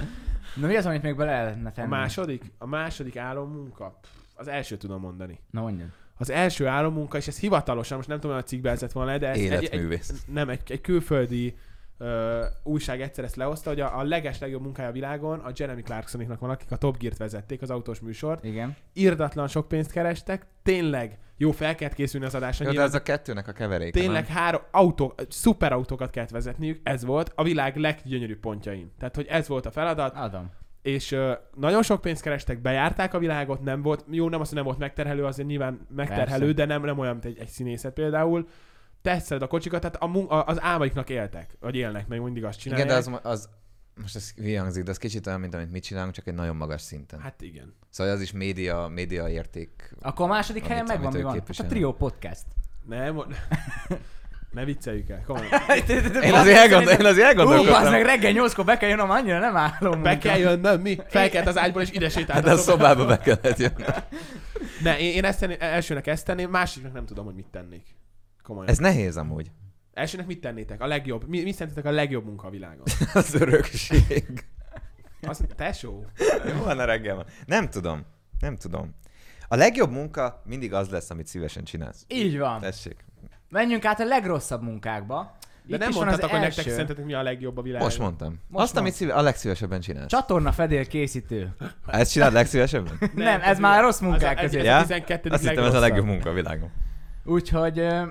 Na mi az, amit még bele lehetne A tenni? második? A második álommunka? Pff, az első tudom mondani. Na mondjad. Az első álommunka, és ez hivatalosan, most nem tudom, hogy a cikkbe ez lett volna, de ez egy, egy, Életművész. nem, egy, egy külföldi ö, újság egyszer ezt lehozta, hogy a, a leges legjobb munkája a világon a Jeremy Clarksoniknak van, akik a Top Gear-t vezették, az autós műsort. Igen. Irdatlan sok pénzt kerestek, tényleg jó, fel kellett készülni az adásra. Jó, de nyilván, ez a kettőnek a keveréke, tényleg nem? három autó, szuper autókat kellett vezetniük, ez volt a világ leggyönyörűbb pontjain. Tehát, hogy ez volt a feladat, Adom. és ö, nagyon sok pénzt kerestek, bejárták a világot, nem volt, jó, nem azt, hogy nem volt megterhelő, azért nyilván megterhelő, Persze. de nem, nem olyan, mint egy, egy színészet például. Tetszed a kocsikat, tehát a, mun- a, az álmaiknak éltek, vagy élnek, meg mindig azt csinálják. Igen, de az, az most ez hangzik, de az kicsit olyan, mint amit mi csinálunk, csak egy nagyon magas szinten. Hát, Hát igen. szóval az is média, média érték. Akkor a második Amit- helyen megvan, amit mi ő van? képvisel. Most a Trio Podcast. Nem, Ne vicceljük el, komolyan. Én azért elgondol, én azért Hú, az elgondolkodtam. meg reggel nyolckor be kell jönnöm, annyira nem állom. Be kell jönnöm, mi? Felkelt az ágyból és ide sétált. De a szobába be kellett jönni. Ne, én, én ezt tenném, elsőnek ezt tenném, másiknak nem tudom, hogy mit tennék. Komolyan. Ez nehéz amúgy. Elsőnek mit tennétek? A legjobb. Mi, mi szerintetek a legjobb munka a világon? Az örökség. Az, tesó. Jó van a reggel van. Nem tudom. Nem tudom. A legjobb munka mindig az lesz, amit szívesen csinálsz. Így van. Tessék. Menjünk át a legrosszabb munkákba. De Itt nem is van az mondtátok, hogy nektek első. szerintetek mi a legjobb a világon. Most mondtam. Most Azt, amit szíve, a legszívesebben csinálsz. Csatorna fedél készítő. Ezt csinálod legszívesebben? Nem, ez már rossz munkák az, közé. ez Ja? a tizenkettedik Azt hittem, ez a legjobb munka a világon. Úgyhogy uh,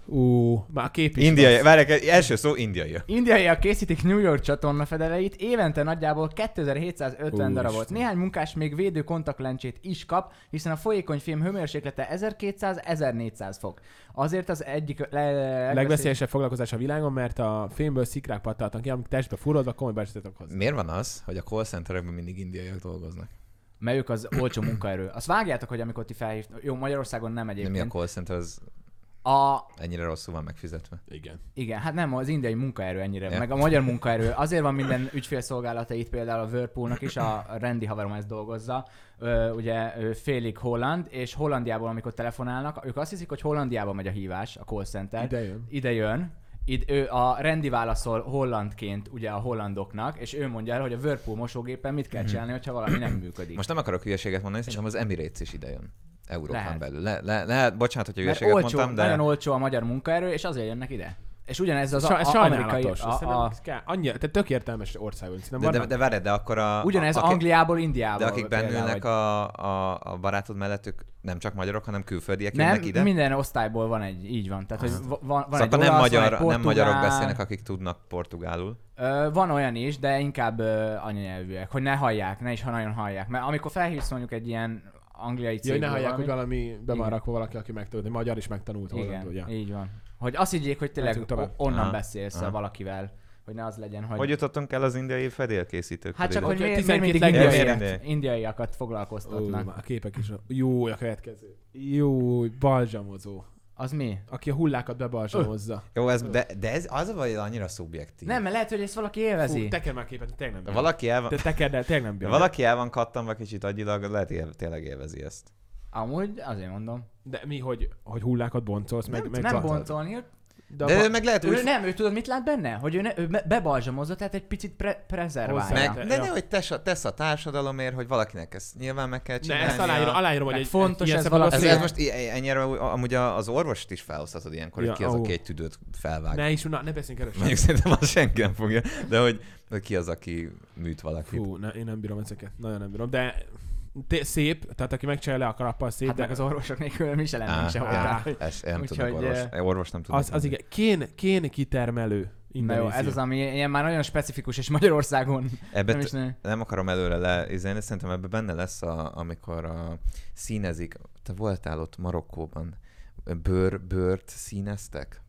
Ú, már a kép is Indiai, rossz. várják, első szó indiai. indiaiak készítik New York csatorna fedeleit, évente nagyjából kétezer-hétszázötven Ó, darabot. Isten. Néhány munkás még védő kontaktlencsét is kap, hiszen a folyékony film hőmérséklete ezerkétszáz-ezernégyszáz fok. Azért az egyik le- legveszélyesebb... Legveszélyesebb foglalkozás a világon, mert a fémből szikrák pattaltak ki, amik testbe furrodva komoly balesetet okoz. Miért van az, hogy a call centerekben mindig indiaiak dolgoznak? Mert ők az olcsó munkaerő. Azt vágjátok, hogy amikor ti felhívtok... Jó, Magyarországon nem De mi a egyébként. call center, az A... ennyire rosszul van megfizetve? Igen. Igen, hát nem, az indiai munkaerő ennyire, Ja. meg a magyar munkaerő. Azért van minden ügyfélszolgálata itt, például a Whirlpoolnak is, a Randy haverom ezt dolgozza, ö, ugye ő félig holland, és Hollandiából, amikor telefonálnak, ők azt hiszik, hogy Hollandiába megy a hívás, a call center. Ide jön. Ide jön. Itt ő a Randy válaszol hollandként ugye a hollandoknak, és ő mondja el, hogy a Whirlpool mosógépen mit kell csinálni, hogyha valami nem működik. Most nem akarok hülyeséget mondani, szerintem az Emirates is idejön. Európán Lehet. belül. Le, le, lehet, bocsánat, hogyha Mert hülyeséget olcsó, mondtam, de... nagyon olcsó a magyar munkaerő, és azért jönnek ide. És ugyanez az Ez, a, ez a, amerikai... sajnálatos. A, A, a, a, kell, annyira, tehát tök értelmes országunk. De, de, de, de várj, de akkor a... ugyanez a, aki, Angliából, Indiából. De akik például, bennülnek vagy- a, a, a barátod mellett, ők nem csak magyarok, hanem külföldiek jönnek Nem, ide? minden osztályból van egy, így van. Tehát, hogy va- van, van Szóval egy akkor nem, olasz, magyar, van egy nem magyarok portugál. beszélnek, akik tudnak portugálul. Ö, van olyan is, de inkább ö, anyanyelvűek, hogy ne hallják, ne is ha nagyon hallják. Mert amikor felhívsz mondjuk egy ilyen angliai Jó, cégből hogy ne hallják, valami, hogy valami be van Igen. rakva valaki, aki megtanult, hogy magyar is megtanult holland, igen, ugye? így van. Hogy azt higgyék, hogy tényleg Mehetünk tovább. o- onnan Aha. beszélsz Aha. valakivel, hogy ne az legyen, hogy... Hogy jutottunk el az indiai fedélkészítők? Hát csak, pedig? hogy Hogy miért, miért mindig tizenkét indiaiak, legjobb. indiaiakat Ó, foglalkoztatnak. már a képek is. Jó, a következő. Jó, balzsamozó. Az mi? Aki a hullákat bebalzsamozza. Jó, ez, de, de ez az a vagy annyira szubjektív. Nem, mert lehet, hogy ezt valaki élvezi. Fú, tekerd már képet, tényleg nem De bírom. valaki el van, De tekerd el, tényleg nem de bírom. valaki el van kattanva kicsit agyilag, lehet él, tényleg élvezi ezt. Amúgy azért mondom. De mi, hogy, hogy hullákat boncolsz, meg, Nem, meg nem zatlad? boncolni. De, De a ő ba- meg lehet Ő úgy... nem, ő tudod mit lát benne? Hogy ő, ne, ő be- bebalzsamozza, tehát egy picit pre- prezerválja. Hozzá- Meg, Ja. de ne, hogy tesz a, tesz a társadalomért, hogy valakinek ezt nyilván meg kell ne, csinálni. ezt aláírom, aláírom, hogy Meg egy fontos ilyen ez szempontból Ez, valaki- ez most i- ennyire amúgy a- az orvost is felhozhatod ilyenkor, hogy Ja, ki az, ó. aki egy tüdőt felvág. Ne is, na, ne beszéljünk erről Mondjuk sem. szerintem azt senki nem fogja, de hogy, hogy ki az, aki műt valakit. Fú, ne, én nem bírom ezeket. Nagyon nem bírom. De té- szép, tehát aki megcsinálja le a kalappal szép, Hát de meg az orvosok nélkül mi se lennénk Á, sehol. á. tehát, hogy- Ez, nem Úgyhogy, tudok orvos. eh, Orvos nem tudok. az, az igen. Kén, kén kitermelő. Na jó, ez az, ami ilyen már nagyon specifikus, és Magyarországon Ebbe nem t- is ne... nem akarom előre leizélni, szerintem ebben benne lesz, a, amikor a színezik. Te voltál ott Marokkóban, bőr, bőrt színeztek?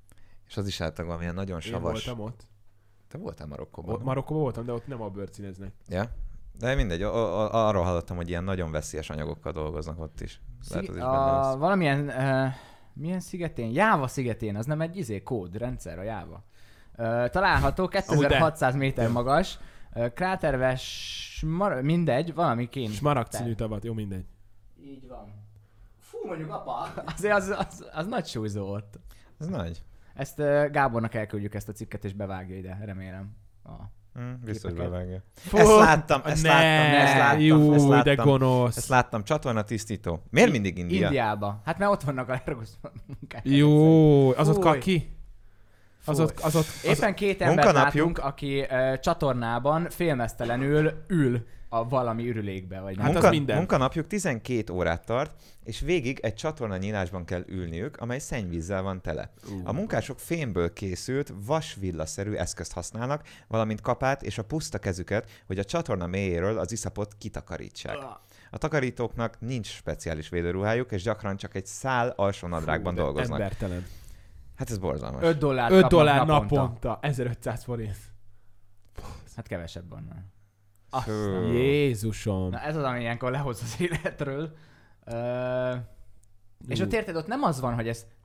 És az is általában valamilyen nagyon Én savas. voltam ott. Te voltál Marokkóban? ott. Marokkóban voltam, de ott nem a bőrt színeznek. Ja? De mindegy, a- a- arról hallottam, hogy ilyen nagyon veszélyes anyagokkal dolgoznak ott is. Lehet, az Szig- is benne a, lesz. valamilyen, uh, milyen szigetén? Jáva szigetén, az nem egy izé kódrendszer a Jáva. Uh, található kétezer-hatszáz méter magas, uh, kráterves, mar- mindegy, valami kén. Smaragd színű tavat, jó mindegy. Így van. Fú, mondjuk apa, azért az, az, az nagy súlyzó ott. Ez nagy. Ezt uh, Gábornak elküldjük ezt a cikket, és bevágja ide, remélem. Ah. Hm, biztos Képeket. bevágja. Fú, Ezt láttam, ezt ne, láttam, ezt láttam, jó, ezt láttam. de gonosz. Ezt láttam, csatorna tisztító. Miért mindig India? Indiába. Hát mert ott vannak a legrosszabb munkák. Jó, az ott Fúj. kaki? Az Fúj. ott, az ott, az Éppen két embert munkanapjuk. látunk, aki uh, csatornában félmeztelenül ül a valami ürülékbe, vagy nem. Hát az Munka, minden. munkanapjuk tizenkét órát tart, és végig egy csatorna nyílásban kell ülniük, amely szennyvízzel van tele. A munkások fémből készült, vasvillaszerű eszközt használnak, valamint kapát és a puszta kezüket, hogy a csatorna mélyéről az iszapot kitakarítsák. A takarítóknak nincs speciális védőruhájuk, és gyakran csak egy szál alsónadrágban Fú, de dolgoznak. Embertelen. Hát ez borzalmas. öt dollárt öt kapnak dollár naponta. naponta. ezerötszáz forint. Hát kevesebb annál. Fú. Aztán. Jézusom. Na ez az, ami ilyenkor lehoz az életről. Ö... És ott érted, ott nem az van, hogy ez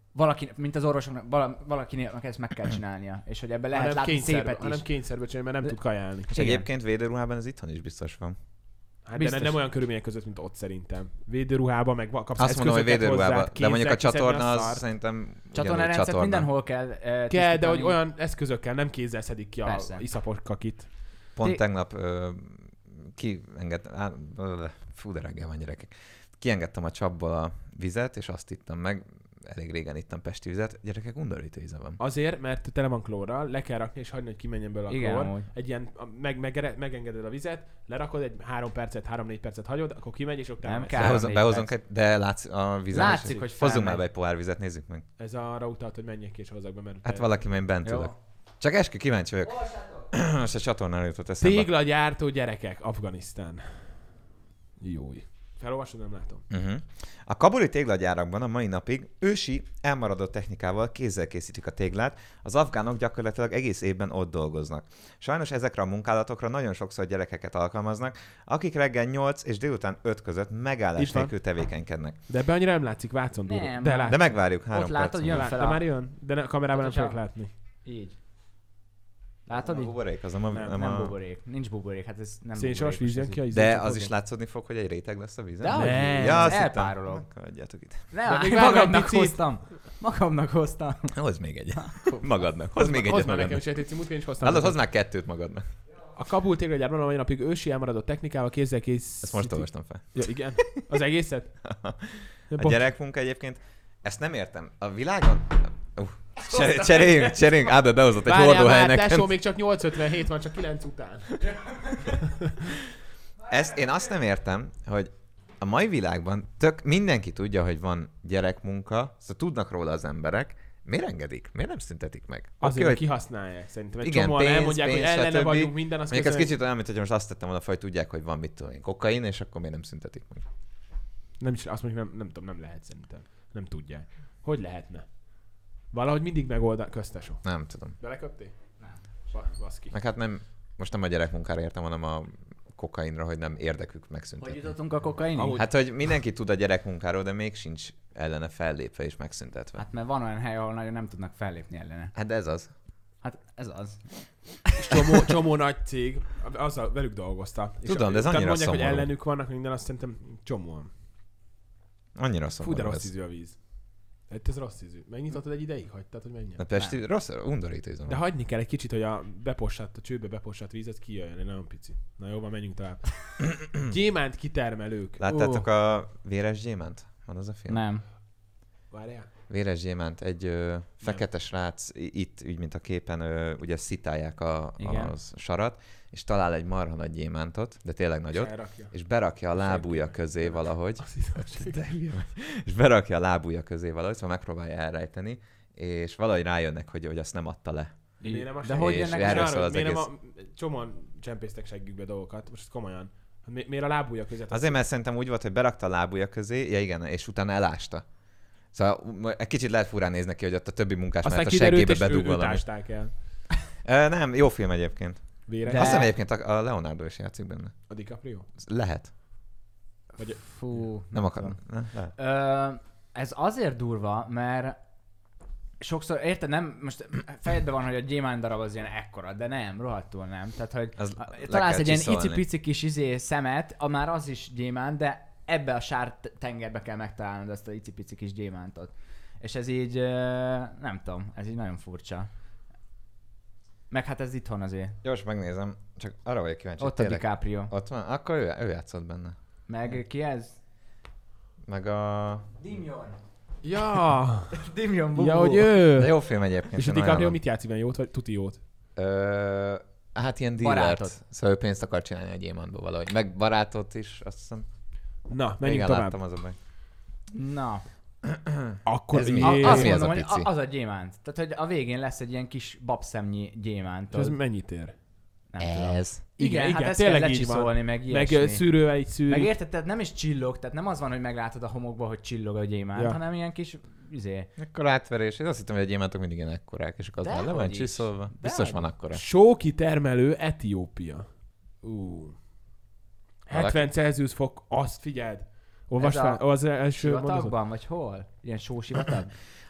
valaki, mint az orvosoknak, vala, valakinek ezt meg kell csinálnia. És hogy ebben lehet hanem látni kényszerbe, szépet is. hanem kényszerbe csinálni, mert nem De- tud kajálni. És Igen. egyébként védőruhában ez itthon is biztos van. Hát de Biztos. nem olyan körülmények között, mint ott szerintem. Védőruhában meg va- kapsz Azt mondom, hogy eszközöket védőruhában, hozzá, de mondjuk a kézzel kiszedni csatorna az szart. szerintem ugyanúgy Csatornarendszert csatorna. mindenhol kell eh, Kell, de tisztítani. hogy olyan eszközökkel, nem kézzel szedik ki a Persze. iszapos kakit. Pont Té- tegnap ö, kiengedtem, á, ö, fú, de reggel van gyerekek. Kiengedtem a csapból a vizet, és azt ittam meg. Elég régen ittam pesti vizet. Gyerekek, undorító íze van. Azért, mert tele van klórral, le kell rakni és hagyni, hogy kimenjen belőle a Igen, klór. amúgy. Egy ilyen, a- meg, meg, megengeded a vizet, lerakod, egy három percet, három-négy percet hagyod, akkor kimegy, és utána Nem megy. kell. Behozom, Három-négy behozunk egy, de látsz a vízen. Látszik, is. hogy Hozzunk felmegy. már be egy pohár vizet, nézzük meg. Ez arra utalt, hogy menjek ki és hozzak be, mert... Hát valaki majd bent Jó. ülök. Csak eskü, kíváncsi vagyok. Most a csatornán jutott eszembe. Téglagyártó gyerekek, Afganisztán. Jói. Felolvasod, nem látom. Uh-huh. A kabuli téglagyárakban a mai napig ősi, elmaradott technikával kézzel készítik a téglát, az afgánok gyakorlatilag egész évben ott dolgoznak. Sajnos ezekre a munkálatokra nagyon sokszor gyerekeket alkalmaznak, akik reggel nyolc és délután öt között megállás Itt van. nélkül tevékenykednek. De ebben annyira nem látszik, Vácon durva. Nem, De már- látszik. De megvárjuk három Ott látod, percen. jön Lát, fel de a- már jön? De ne, kamerában nem Tehát, fogok hogyha- látni. Így. Látod A így? buborék, az nem a... Nem, nem nem a... buborék. Nincs buborék, hát ez nem Szénsavas buborékos, víz jön ez ki a így. izé De csak az hozzá. is látszódni fog, hogy egy réteg lesz a vízen? Dehogy Nem. Ja, azt hittem. elpárolog. Akkor adjátok itt. Nem, még hát várj egy magamnak picit. hoztam. Magamnak hoztam. Hozz még egyet. Magadnak. Hozz még Hozd egyet már nekem magadnak. is egy cimut, én is hoztam. Hallod, hozz már kettőt magadnak. A Kabul téglagyárban a mai napig ősi elmaradott technikával kézzel készítik. Ezt most olvastam fel. Ja, igen. Az egészet? Ja, A bocs. gyerekmunka egyébként, ezt nem értem. A világon... Uh, cser- cseréljünk, cseréljünk. Ábel behozott egy Várjál hordóhely már, tesó, nekem. még csak nyolc ötvenhét van, csak kilenc után. Ezt én azt nem értem, hogy a mai világban tök mindenki tudja, hogy van gyerekmunka, szóval tudnak róla az emberek, miért engedik? Miért nem szüntetik meg? Azért, Oké, hogy hogy kihasználják szerintem. Egy igen, csomóan pénz, elmondják, pénz, hogy ellene stb. vagyunk, minden, azt Mondjuk ez köszönjük. kicsit olyan, mint hogy most azt tettem volna fel, hogy tudják, hogy van mit tudom én, kokain, és akkor miért nem szüntetik meg? Nem is, azt mondjuk nem, nem tudom, nem lehet szerintem. Nem tudják. Hogy lehetne? Valahogy mindig megoldani. Köztesó. Nem tudom. Beleköptél? Nem. Ba- baszki. Meg hát nem, most nem a gyerekmunkára értem, hanem a kokainra, hogy nem érdekük Hogy megszüntetni. jutottunk a kokainig? Ahogy- Hát, hogy mindenki tud a gyerekmunkáról, de még sincs ellene fellépve és megszüntetve. Hát mert van olyan hely, ahol nagyon nem tudnak fellépni ellene. Hát de ez az. Hát ez az. És csomó, csomó nagy cég, azzal velük dolgozta. És Tudom, de ez utána annyira mondják, hogy szomorú. ellenük vannak, minden azt szerintem csomóan. Annyira Fú, de szomorú rossz ez. ízű a víz. Hát ez rossz ízű. Megnyitottad egy ideig? Hagytad, hogy menjen? A Pesti rossz, undorító íze De van. hagyni kell egy kicsit, hogy a bepossat, a csőbe bepossat víz, ez kijöjjön, egy nagyon pici. Na jó, van, menjünk tovább. Gyémánt kitermelők. Láttátok a Véres gyémánt? Van az a film? Nem. Várjál. Véres gyémánt, egy ö, fekete srác, i- itt, úgy mint a képen, ö, ugye szitálják a, Igen. a sarat, és talál egy marha nagy gyémántot, de tényleg nagyot, És elrakja. és berakja a lábúja közé valahogy, Azt hiszem, hogy Te hülye vagy. és berakja a lábúja közé valahogy, szóval megpróbálja elrejteni, és valahogy rájönnek, hogy, hogy azt nem adta le. Miért nem a De hogy és jönnek erről rá? szól az miért nem egész. a, csomóan csempésztek seggükbe dolgokat, most ezt komolyan. Hát mi- miért a lábúja között? Azért, mert szerintem úgy volt, hogy berakta a lábúja közé, ja igen, és utána elásta. Szóval egy kicsit lehet furán néz neki, hogy ott a többi munkás Aztán mellett a kiderült, seggébe és ő, bedug őt valamit. ásták el. Ö, nem, jó film egyébként. Véres. De- Azt hiszem egyébként a a Leonardo is játszik benne. A DiCaprio? Lehet. Vagy Fú. Nem akar. Ne? Lehet. Ö, ez azért durva, mert sokszor, érted, nem, most fejedben van, hogy a gyémánt darab az ilyen ekkora, de nem, rohadtul nem. Tehát, hogy Az a- le találsz kell egy ilyen csiszolni. icipici kis izé szemet, a már az is gyémánt, de ebbe a sár tengerbe kell megtalálnod ezt a icipici kis gyémántot. És ez így, ö, nem tudom, ez így nagyon furcsa. Meg hát ez itthon azért. Gyors megnézem, csak arra vagyok kíváncsi. Ott a tényleg- DiCaprio. Ott van? Akkor ő, ő játszott benne. Meg ki ez? Meg a... Dimion. Ja! Dimion Bubu. ja, hogy ő! De jó film egyébként. És a én DiCaprio ajánlom. mit játszik benne? Jót vagy tuti jót? Ö, hát ilyen dealert. Barátot. Szóval ő pénzt akar csinálni a gyémántból valahogy. Meg barátot is, azt hiszem. Na, menjünk Igen, tovább. láttam az a baj. Na, Akkor Ez mi? a, jé- azt mi ez mondom, a hogy pici? a, az a gyémánt. Tehát, hogy a végén lesz egy ilyen kis babszemnyi gyémánt. És ez tudod. mennyit ér? Nem tudom. Ez. Igen, Igen, hát igen, ezt kell tényleg így lecsiszolni, meg Meg ilyesmi. ö, szűrővel így szűri. Meg érted, tehát nem is csillog, tehát nem az van, hogy meglátod a homokba, hogy csillog a gyémánt, Ja. hanem ilyen kis, izé. Akkor átverés. Én azt hittem, hogy a gyémántok mindig ilyen ekkorák, és akkor az már le van Dehogy is. csiszolva. Biztos Dehogy. van akkora. Sóki termelő Etiópia. Ú. hetven Celsius fok, azt figyeld. Olvasd Ez fel, a az első mondatot. Sivatagban, vagy hol? Ilyen sósivatag?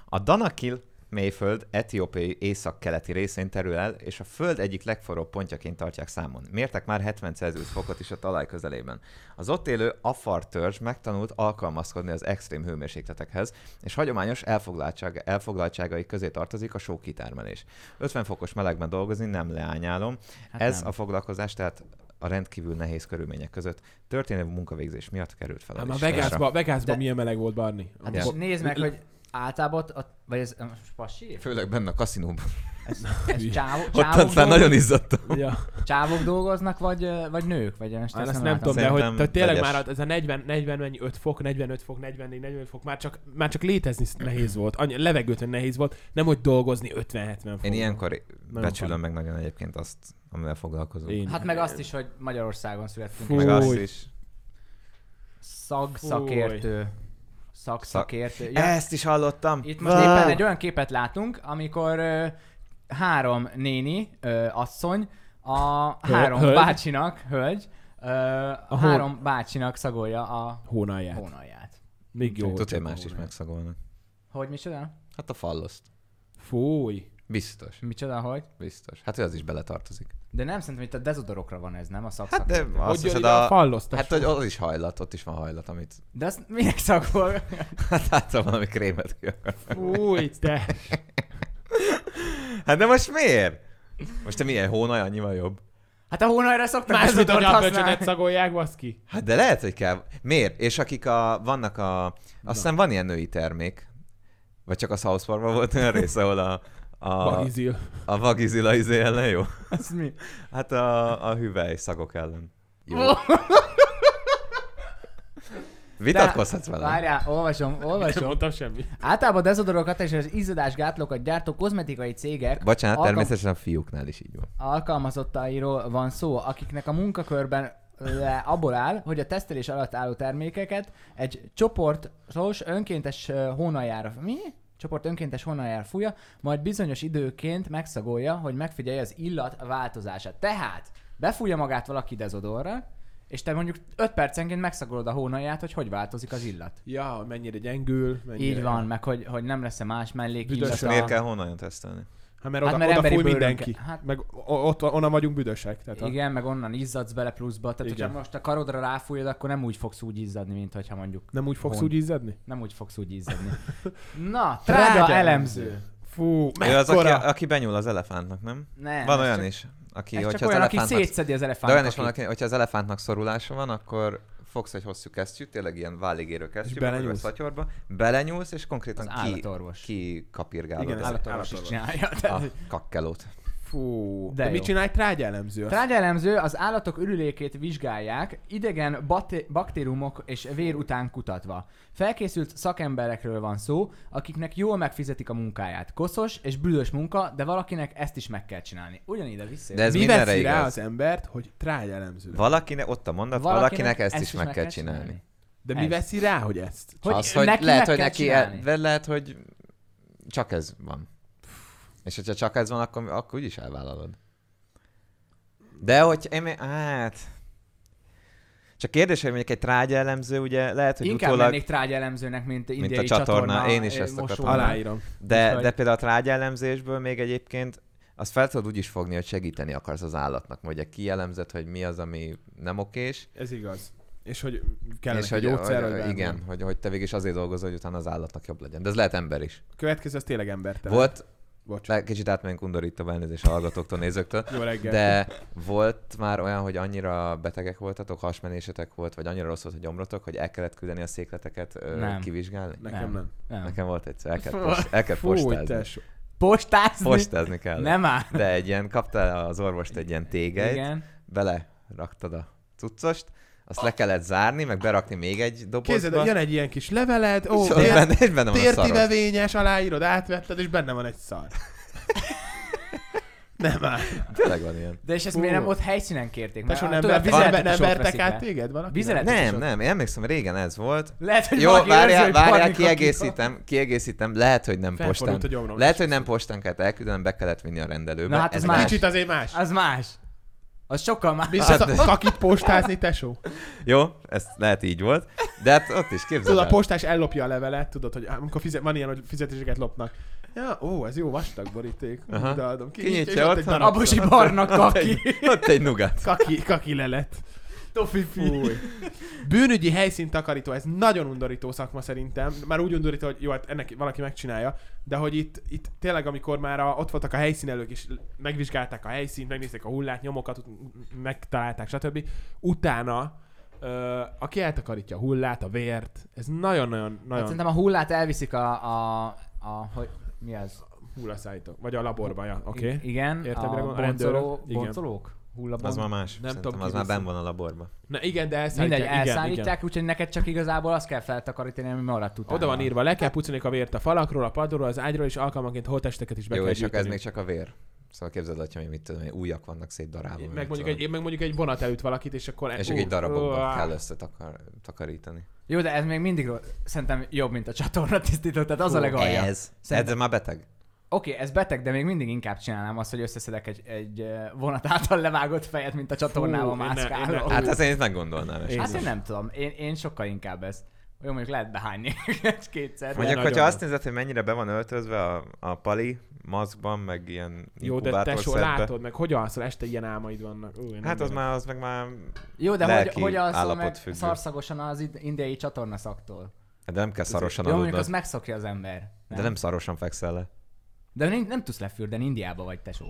A Danakil mélyföld etiópiai északkeleti részén terül el, és a föld egyik legforróbb pontjaként tartják számon. Mértek már hetven Celsius fokot is a talaj közelében. Az ott élő afar törzs megtanult alkalmazkodni az extrém hőmérsékletekhez, és hagyományos elfoglaltság, elfoglaltságai közé tartozik a sókitermelés. ötven fokos melegben dolgozni nem leányálom. Hát Ez nem. a foglalkozás tehát a rendkívül nehéz körülmények között történő munkavégzés miatt került fel a Hát a listára. Vegasban Vegasba De- milyen meleg volt, Barni? Hát Ja. és nézd meg, hogy általában ott, ott vagy ez most passi? Főleg benne a kaszinóban. Ez, ez csávok, Ott csávok, aztán dolgoz, nagyon izzadtam. Ja. csávok dolgoznak, vagy, vagy nők? Vagy most Hát ezt ezt nem, nem látom. tudom, de hogy, Szerintem hogy tényleg vegyes. már ez a negyven, negyven mennyi, öt fok, negyvenöt fok, negyvennégy, negyvenöt fok, már csak, már csak létezni nehéz volt. Annyi, levegőt, hogy nehéz volt, nem hogy dolgozni ötven-hetven fokban. Én ilyenkor Nagyon becsülöm meg nagyon egyébként azt, amivel foglalkozunk. Én- Hát meg azt is, hogy Magyarországon születtünk. Fú. Meg azt Fúj. is. Szag-szakértő. Szak-szakértő. Ja, Ezt is hallottam. itt most éppen egy olyan képet látunk, amikor ö, három néni, ö, asszony, a három hölgy. bácsinak, hölgy, ö, a hol- három bácsinak szagolja a Hónalját. hónalját. Még jó. Tudja, csak hogy mást is hónaját. megszagolnak. Hogy micsoda? Hát a falloszt. Fúj. Biztos. Micsoda, hogy? Biztos. Hát ő az is beletartozik. De nem szerintem, itt a dezodorokra van ez, nem? A Hát szakszakértő. de Hogy azt jön hiszed ide a a... falloszt? Hát hogy az is hajlat, ott is van hajlat, amit... De azt minek szagol? Hát általában valami krémet ki akar. Fúj, te. Hát de most miért? Most te milyen hónaj annyival jobb? Hát a hónajra szoktak Másmit, hogy dezodort a használni. böcsödet szagolják, baszki. Hát de lehet, hogy kell. Miért? És akik a, vannak a... Azt hiszem van ilyen női termék. Vagy csak a South Parkban volt olyan rész, ahol a... A, Bagizil. a vagizila izé ellen, jó? Az mi? Hát a, a hüvely szagok ellen. Jó. Vitatkozhatsz velem. Várjál, olvasom, Nem olvasom. mondtam semmit. Általában dezodorokat és az izzadásgátlókat gyártó kozmetikai cégek Bocsánat, alkalm- természetesen a fiúknál is így van. alkalmazottairól van szó, akiknek a munkakörben le abból áll, hogy a tesztelés alatt álló termékeket egy csoportos önkéntes ö, hónaljára... Mi? Csoport önkéntes hónaljára fújja, majd bizonyos időként megszagolja, hogy megfigyelje az illat változását. Tehát befújja magát valaki dezodorra, és te mondjuk öt percenként megszagolod a hónalját, hogy hogy változik az illat. Ja, mennyire gyengül. Mennyire... Így van, meg hogy, hogy nem lesz-e más Büdös És mellékillata. miért kell honnan tesztelni? Hát mert Hát oda, mert oda emberi fúj bőrön mindenki. kell- hát- Meg o- ott, onnan vagyunk büdösek. Tehát a... Igen, meg onnan izzadsz bele pluszba. Tehát, Igen. hogyha most a karodra ráfújod, akkor nem úgy fogsz úgy izzadni, mint hogyha mondjuk Nem úgy fogsz Hon. úgy izzadni? nem úgy fogsz úgy izzadni. Na, trágya elemző. Fú, Ő az, aki, mekkora! aki benyúl az elefántnak, nem? Nem, Van ez olyan csak, is, aki, ez csak hogyha az olyan, aki elefántnak... szétszedi az De elefánt. olyan is van, aki, hogyha az elefántnak szorulása van, akkor fogsz egy hosszú kesztyűt, tényleg ilyen váligérő kesztyűt, vagy a belenyúlsz. szatyorba, belenyúlsz, és konkrétan Az ki, állatorvos. ki kapirgálod Igen, az Állatorvos is Állatorvos. csinálja. a Tehát- kakkelót. Fú. De De, jó. mit csinál egy trágyaelemző? Trágyaelemző az állatok ürülékét vizsgálják, idegen bat- baktériumok és vér után kutatva. Felkészült szakemberekről van szó, akiknek jól megfizetik a munkáját. Koszos és büdös munka, de valakinek ezt is meg kell csinálni. Ugyanide vissza. De ez Mi mindenre veszi rá igaz. az embert, hogy trágyaelemző? Valakinek, ott a mondat, valakinek, valakinek ezt, is meg kell csinálni. De mi Ez. veszi rá, hogy ezt? Hogy az, hogy neki lehet, meg hogy kell neki, csinálni. el, lehet, hogy csak ez van. És hogyha csak ez van, akkor, akkor úgyis elvállalod. De hogy én még, hát... Csak kérdés, hogy mondjuk egy trágyaelemző, ugye lehet, hogy Inkább utólag... mennék trágyaelemzőnek, mint indiai a csatorna. csatorna. Én is eh, ezt akartam mosónál. Aláírom. De, Úgyhogy- de például a trágyaelemzésből még egyébként azt fel tudod úgy is fogni, hogy segíteni akarsz az állatnak. Vagy kielemzed, hogy mi az, ami nem okés. Ez igaz. És hogy kellene és egy hogy, gyógyszer, hogy, vagy bármi. igen, hogy, hogy te végig is azért dolgozol, hogy utána az állatnak jobb legyen. De ez lehet ember is. Következő az tényleg ember. Tehát. Volt, Bocs. le, kicsit átmenünk undorító elnézést a hallgatóktól, nézőktől, Jó reggel. de volt már olyan, hogy annyira betegek voltatok, hasmenésetek volt, vagy annyira rossz volt a gyomrotok, hogy el kellett küldeni a székleteket ö, Nem. kivizsgálni? Nekem Nem. nem. Nem. Nekem volt egyszer, el kellett, post, el kellett Fúj, postázni. tesó. Postázni? Postázni kell. Nem áll. De egy ilyen, kaptál az orvost egy ilyen tégelyt, Igen. bele raktad a cuccost, azt le kellett zárni, meg berakni még egy dobozba. Képzeld, jön egy ilyen kis leveled, ó, és ott tér, benne, és benne van a térti szarod. vevényes, aláírod, átvetted, és benne van egy szar. Nem áll. Tényleg van ilyen. De és ezt Fú. miért nem ott helyszínen kérték? Tesó, Mert nem, tudod, ver, vizeletet nem, nem is ott vertek veszik át le. téged valaki? Vizelet- Nem, ott- nem, én emlékszem, régen ez volt. Lehet, hogy Jó, valaki várjál, érzi, hogy várjál, barnikot kiegészítem, kiegészítem, lehet, hogy nem Felfordult postán. a gyomrom. Lehet, hogy nem postán kellett elküldenem, be kellett vinni a rendelőbe. Na hát ez Ez más. más. Kicsit azért más. Az más. Az sokkal már... Biztos Hát, a kakit postázni, tesó. Jó, ez lehet így volt, de hát ott is képzeld Tudod, a el. postás ellopja a levelet, tudod, hogy amikor fizet, van ilyen, hogy fizetéseket lopnak. Ja, ó, ez jó vastag boríték. Aha. De adom. Kinyitja ott ott, egy van darab Abusi szar. barnak Ott kaki. egy, ott egy nugat. Kaki, kaki lelet. Tofifi. Fúj. Bűnügyi helyszíntakarító, ez nagyon undorító szakma szerintem. Már úgy undorító, hogy jó, hát ennek valaki megcsinálja, de hogy itt, itt tényleg, amikor már a, ott voltak a helyszínelők, és megvizsgálták a helyszínt, megnézték a hullát, nyomokat, megtalálták, stb. Utána, ö, aki eltakarítja a hullát, a vért, ez nagyon-nagyon... Hát nagyon szerintem a hullát elviszik a... a, a hogy, mi az? hullaszállító. Vagy a laborba, ja, oké. I- Okay. igen, Értem, a mire gondol- boncoló, rendőrök. Igen. boncolók? Hullabon. Az már más. Nem Szerintem tudom, az ki már benn vissza- van a laborban. Na igen, de Mindegy, elszállítják. Igen, elszállítják, igen. úgyhogy neked csak igazából azt kell feltakarítani, ami maradt utána. Oda van írva, le kell pucolni a vért a falakról, a padról, az ágyról, és alkalmanként holttesteket is be Jó, kell és akkor ez gyűjteni. még csak a vér. Szóval képzeld el, hogy mit tudom, hogy újak vannak szétdarálva. Meg mondjuk, egy, én meg mondjuk egy vonat előtt valakit, és akkor... És egy darabokban kell összetakarítani. Jó, de ez még mindig ro- szerintem jobb, mint a csatorna tisztító, tehát az a legalja. Ez. Szerintem- Ez már beteg. Oké, okay, ez beteg, de még mindig inkább csinálnám azt, hogy összeszedek egy, egy eh, vonat által levágott fejet, mint a csatornában Fú, én ne- én ne- mászkálok. Hát ezt én meggondolnám. Én- esetleg. Hát én nem tudom, én, én sokkal inkább ezt. Jó, mondjuk lehet behányni egy-kétszer. Mondjuk, nagyon hogyha az. azt nézed, hogy mennyire be van öltözve a, a pali, maszkban, meg ilyen Jó, de tesó, inkubátorszerbe. látod meg, hogy alszol, este ilyen álmaid vannak. Ú, én nem Hát az megyek. már, az meg már... Jó, de hogy, lelki hogy alszol állapot meg függő. szarszagosan az id- indiai csatornaszaktól? De nem kell szarosan Jó, mondjuk aludnod. az megszokja az ember. De nem szarosan fekszel le. De nem, nem tudsz lefürdeni, Indiába vagy, tesó.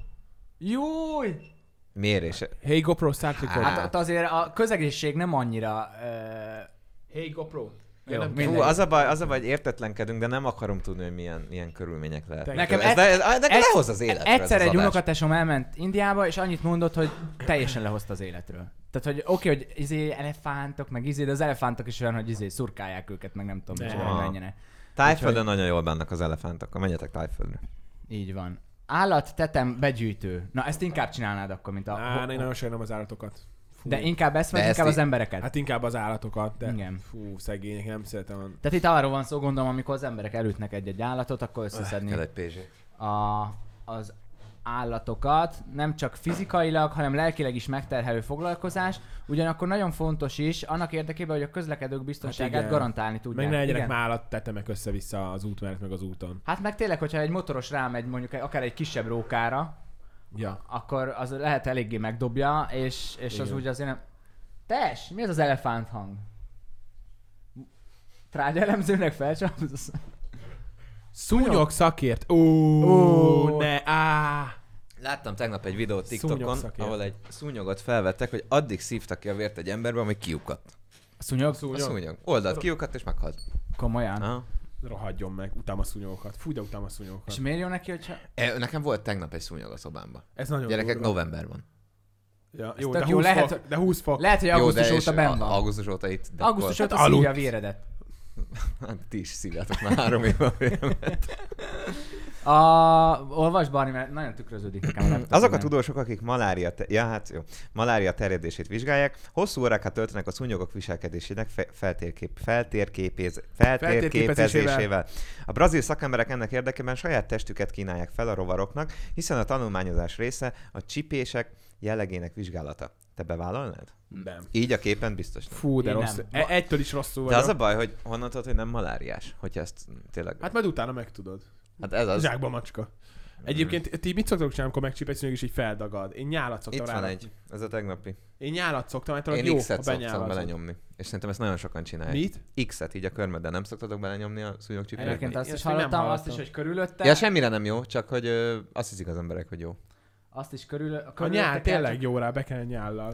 Júj! Miért? És Hey GoPro, start record. Hát ott azért a közegészség nem annyira... Uh, Hey GoPro. Jó, Ja, nem mindegy. Fú, az a baj, az a baj, hogy értetlenkedünk, de nem akarom tudni, hogy milyen, milyen körülmények lehetnek. Nekem ez, egy- de, ez, ez, egy- lehoz az életről ez egyszer az egy adás. unokatesom elment Indiába, és annyit mondott, hogy teljesen lehozta az életről. Tehát, hogy oké, okay, hogy izé elefántok, meg izé, de az elefántok is olyan, hogy izé szurkálják őket, meg nem tudom, Ne. hogy Aha. menjenek. Tájföldön nagyon jól bennek az elefántok, menjetek Tájföldre. Így van. Állat, tetem, begyűjtő. Na, ezt inkább csinálnád akkor, mint a... Á, én nagyon sajnálom az állatokat. Fú. De inkább ezt, vagy De inkább ezt az í- embereket? Hát inkább az állatokat, de Igen. fú, szegények, nem szeretem. Tehát itt arról van szó, gondolom, amikor az emberek elütnek egy-egy állatot, akkor összeszedni Kell egy pé zsé. a, az állatokat, nem csak fizikailag, hanem lelkileg is megterhelő foglalkozás, ugyanakkor nagyon fontos is annak érdekében, hogy a közlekedők biztonságát Hát igen. garantálni tudják. Meg ne legyenek Igen. már állattetemek össze-vissza az út mellett, meg az úton. Hát meg tényleg, hogyha egy motoros rámegy mondjuk egy- akár egy kisebb rókára, Ja. akkor az lehet eléggé megdobja, és, és az Igen. úgy azért nem... Tes, mi az az elefánt hang? Trágyaelemzőnek felcsapsz? Szúnyog szakért. Ó, Ó. ne, á. Láttam tegnap egy videót TikTokon, Szúnyogszakért. ahol egy szúnyogot felvettek, hogy addig szívtak ki a vért egy emberbe, amíg kiukadt. Szúnyog? A Szúnyog. szúnyog. Oldalt kiukadt és meghalt. Komolyan? Aha. Rohadjon meg, utálom a szúnyogokat. Fú, de utálom a szúnyogokat. És miért jó neki, hogyha... E, nekem volt tegnap egy szúnyog a szobámban. Ez nagyon Gyerekek, durva. november van. Ja, Ez jó, tök de jó, húsz lehet, fok, de húsz fok. Lehet, hogy Jó, augusztus de és óta benn a- van. Augusztus óta itt. De Augusztus akkor- óta aludt. szívja a véredet. Hát ti is szívjátok már három éve a véremet. A... Olvasd, Barni, mert nagyon tükröződik nekem a laptopon. Azok a tudósok, akik malária, te- ja, hát jó. malária terjedését vizsgálják, hosszú órákat töltenek a szúnyogok viselkedésének fe- feltérkép, feltérképéz, feltérképezésével. A brazil szakemberek ennek érdekében saját testüket kínálják fel a rovaroknak, hiszen a tanulmányozás része a csipések jellegének vizsgálata. Te bevállalnád? Nem. Így a képen biztos nem. Fú, de Én rossz. nem. E- Egytől is rosszul De vagyok. az a baj, hogy honnan tudod, hogy nem maláriás, hogyha ezt tényleg... Hát majd utána megtudod. Hát ez az. Zsákba macska. Egyébként ti mit szoktok csinálni, amikor megcsípesz, és így feldagad? Én nyálat szoktam Itt van rá- egy, ez a tegnapi. Én nyálat szoktam, mert tudod, Én jó, X-et ha szoktam benyálatod. belenyomni. És szerintem ezt nagyon sokan csinálják. Mit? X-et így a körmöddel nem szoktatok belenyomni a szúnyogcsipőre? Egyébként azt Én is ezt még nem hallottam, azt hallottam. is, hogy körülötte. Ja, semmire nem jó, csak hogy ö, azt hiszik az emberek, hogy jó. Azt is körül, A körülötte nyál kell tényleg csak- jó rá, be kell nyállal.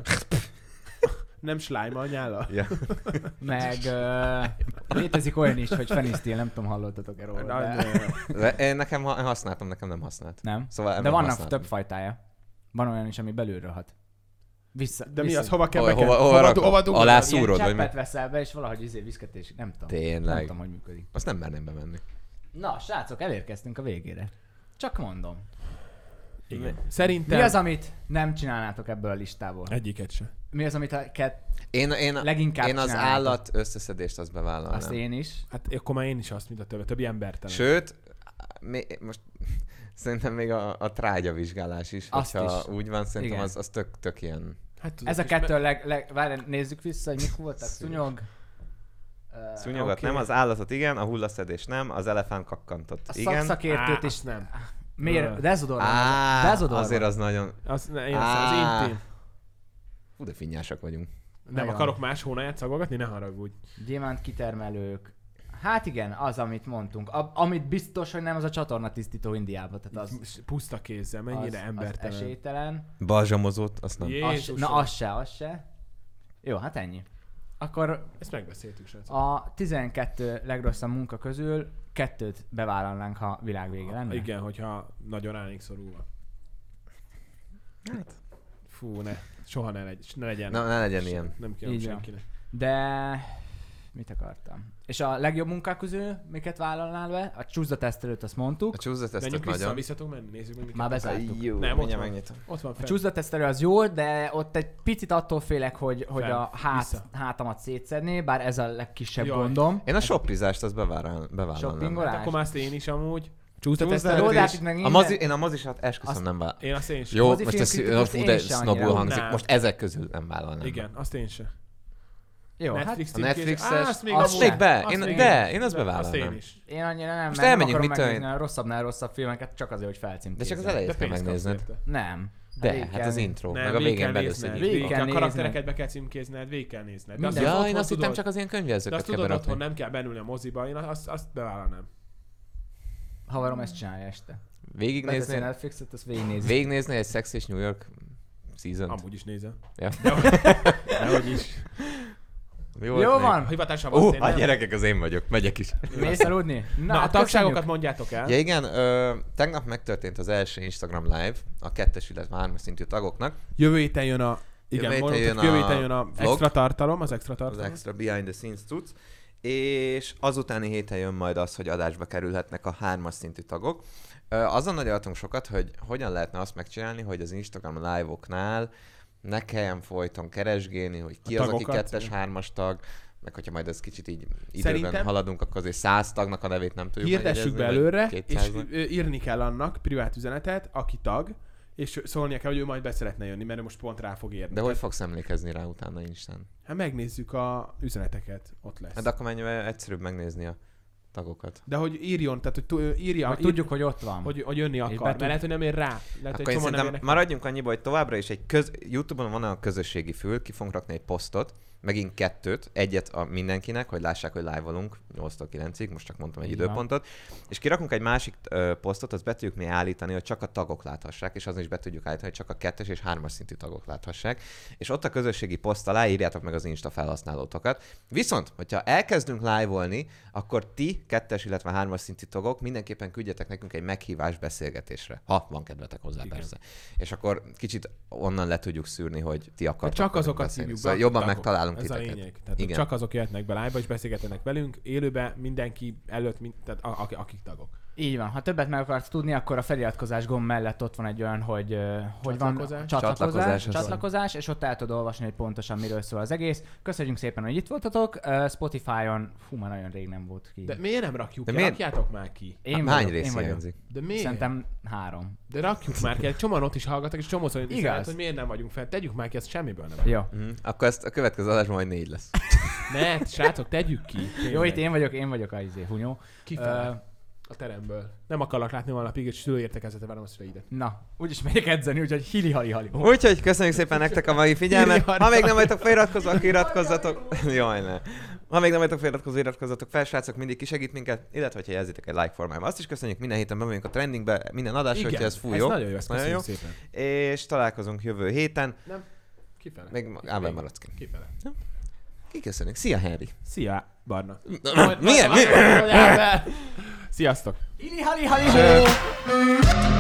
Nem slime a nyállal. Ja. Meg uh, létezik olyan is, hogy fenisztil, nem tudom, hallottatok-e róla. Na, De... de- De én nekem ha- használtam, nekem nem használt. Nem? Szóval De nem vannak használtam. több fajtája. Van olyan is, ami belülről hat. Vissza, De mi vissza. az, hova kell, Hova- be kell? hova- hova rakod? hova dugod? Alá Ilyen szúrod, vagy mi? cseppet veszel be, és valahogy izé viszketés, nem tudom. Nem Tényleg. tudom, hogy működik. Azt nem merném bemenni. Na, srácok, elérkeztünk a végére. Csak mondom. Igen. Szerintem... Mi az, amit nem csinálnátok ebből a listából? Egyiket se. Mi az, amit a kett... Én, én, Leginkább én az csinálnátok. állat összeszedést azt bevállalnám. Azt én is. Hát akkor már én is azt, mint a többi, többi embertelen. Sőt, mi, most Szerintem még a, a trágyavizsgálás is, Azt hogyha is. úgy van, szerintem Igen. az, az tök, tök ilyen. Hát, tudod, Ez a és kettő me- a leg... leg... Várj, nézzük vissza, hogy mik voltak. Szúnyog. Uh, Szúnyogat oké. nem, az állatot igen, a hullaszedés nem, az elefánt kakkantott A igen. szakszakértőt Á, is azt nem. Miért? Ö. Dezodorban. Á, Dezodorban. azért az nagyon... Az, ne, én Á. az intim. Hú, de finnyásak vagyunk. Nem Nagyon. akarok más hónaját szagogatni, ne haragudj. Gyémánt kitermelők. Hát igen, az, amit mondtunk. A, amit biztos, hogy nem, az a csatornatisztító Indiában. Tehát az, Puszta kézzel, mennyire az, az embertelen. esélytelen. Balzsamozót, azt nem. Jé. Az, Jézusom. na az se, az se. Jó, hát ennyi. Akkor Ezt megbeszéltük, srácok. a tizenkettő legrosszabb munka közül kettőt bevállalnánk, ha világvége lenne. Igen, hogyha nagyon ránék szorulva. Hát. Fú, ne. Soha ne, legy, ne legyen. Na, ne legyen ilyen. Nem kívánom Így van. senkinek. De mit akartam? És a legjobb munkák közül miket vállalnál be? A csúszdatesztelőt azt mondtuk. A csúszatesztet Menjünk vissza, nagyon. vissza tudunk menni, nézzük meg, miket Már akarsz. bezártuk. Jó, Nem, ott mindjárt van. megnyitom. Ott van A fent. csúszdatesztelő az jó, de ott egy picit attól félek, hogy, hogy a Fent, hát, vissza. hátamat szétszedné, bár ez a legkisebb Jaj. gondom. Én a shoppizást azt bevállalnám. bevállalnám. Shoppingolás? Hát akkor már azt én is amúgy. Csúsztatesztet Csúsztatesztet. Jó, de hát is. itt meg A, minden- mozi, én a mozisat esküszöm Azt- nem vál. Én azt én sem. Jó, Mozifilm most ez kritikus fú, én de se sznobul annyira. hangzik. Nem. Most ezek közül nem vállalnám. Igen, azt én sem. Jó, Netflix A címkézés. Netflixes, Á, azt még azt amúgy- még be, azt én, még de, én azt Azt én bevállalnám. is. hát én annyira nem, Most mert nem elmenjünk, akarom mit tudom megnézni én. a rosszabbnál rosszabb filmeket, csak azért, hogy De felcímkézzem. csak az elejét De kell pénzt kapsz megnézned. érte. Nem. De, Végig hát kell az nézni. intro, Nem, meg a végig végén kell belőszed. nézned. Végig Végig kell kell nézned. karaktereket be kell címkézned, végig kell nézned. De azt Minden. Ja, otthon én azt hittem tudod- csak az ilyen De könyvjelzőket azt kell tudod, otthon berakni. nem kell benülni a moziba, én azt, azt bevállalnám. Havarom ezt csinálja este. Beteszi a Végignézni, Netflixet, azt végignézi. végignézni egy Sex és New York season. Amúgy is nézem. Ja. Dehogy is. Jó, Jó volt még? van. A hivatása Ó, van, én a nem. gyerekek, az én vagyok, megyek is. Mész aludni? Na, a hát tagságokat köszönjük. mondjátok el. Ja igen, ö, tegnap megtörtént az első Instagram live a kettes, illetve hármas szintű tagoknak. Jövő héten jön a... Igen, Jövő héten mondtuk, jön jövő a héten jön a vlog. extra tartalom, az extra Az tartalom. extra behind the scenes cucc. És azutáni héten jön majd az, hogy adásba kerülhetnek a hármas szintű tagok. Ö, azon nagyaltunk sokat, hogy hogyan lehetne azt megcsinálni, hogy az Instagram live-oknál ne kelljen folyton keresgélni, hogy ki A az, aki tagokat, kettes, igen. hármas tag, meg hogyha majd ez kicsit így időben Szerintem- haladunk, akkor azért száz tagnak a nevét nem tudjuk Hirdessük be megjegyezni, vagy előre, és kétszáznak. ö, írni kell annak privát üzenetet, aki tag, és szólnia kell, hogy ő majd be szeretne jönni, mert ő most pont rá fog érni. De hogy fogsz emlékezni rá utána Instán? Hát megnézzük a üzeneteket, ott lesz. Hát akkor mennyivel egyszerűbb megnézni a tagokat. De hogy írjon, tehát hogy tu- írja, Hogy ír, tudjuk, hogy ott van. hogy, hogy jönni akar, be mert tud- lehet, hogy nem ér rá. Lehet, hogy Akkor egy én csomó nem szerintem érnek. maradjunk annyiba, hogy továbbra is egy köz... YouTube-on van a közösségi fül, ki fogunk rakni egy posztot, megint kettőt, egyet a mindenkinek, hogy lássák, hogy live-olunk nyolctól kilencig, most csak mondtam egy Így van. időpontot, és kirakunk egy másik ö, posztot, azt be tudjuk mi állítani, hogy csak a tagok láthassák, és azon is be tudjuk állítani, hogy csak a kettes és hármas szintű tagok láthassák, és ott a közösségi poszt alá írjátok meg az Insta felhasználótokat. Viszont, hogyha elkezdünk live-olni, akkor ti, kettes, illetve hármas szintű tagok mindenképpen küldjetek nekünk egy meghívás beszélgetésre, ha van kedvetek hozzá. Igen. Persze. És akkor kicsit onnan le tudjuk szűrni, hogy ti akartok. Csak velünk azokat beszélni. hívjuk be, Szóval akik jobban tagok. megtalálunk Ez titeket. a lényeg. Tehát Igen. csak azok jöhetnek be live-ba, és beszélgetnek velünk, élőben mindenki előtt, mint, tehát a, a, akik tagok. Így van. Ha többet meg akarsz tudni, akkor a feliratkozás gomb mellett ott van egy olyan, hogy, ö, hogy van Csatlakozás. csatlakozás, Csatlakozás, csatlakozás, csatlakozás, és ott el tudod olvasni, hogy pontosan miről szól az egész. Köszönjük szépen, hogy itt voltatok. Ö, Spotify-on, fú, már nagyon rég nem volt ki. De miért nem rakjuk De ki? miért? Rakjátok már ki. Én Hány vagyok, én rész vagyok. hiányzik? De miért? Szerintem három. De rakjuk már ki, egy csomóan ott is hallgatnak, és csomószor jön Igaz. üzenet, hogy miért nem vagyunk fel. Tegyük már ki, ezt semmiből nem. Jó. Mhm. Akkor ezt a következő adásban majd négy lesz. Ne, srácok, tegyük ki. Jó, itt én vagyok, én vagyok a izé, hunyó. Kifele. Ö, A teremből. Nem akarlak látni valapig, és szülőértekezete várom azt ide. Na, úgyis megyek edzeni, úgyhogy hili-hali-hali. Úgyhogy köszönjük szépen nektek a mai figyelmet. Ha még nem vagytok feliratkozva, akkor iratkozzatok. Jaj, ne. Ha még nem vagytok feliratkozva, iratkozzatok fel, srácok, mindig kisegít minket, illetve hogyha jelzitek egy like formájában. Azt is köszönjük, minden héten bemegyünk a trendingbe, minden adás, Igen, hogyha ez fúj, ez jó? nagyon jó, ezt Nagyon jó. köszönjük szépen. És találkozunk jövő héten. Nem, kifele. Még Ábel maradsz ki. Kifele. Kiköszönjük. Szia, Henry. Szia, Barna. Milyen? Milyen? Sziasztok! Hili-hali-hali-hó!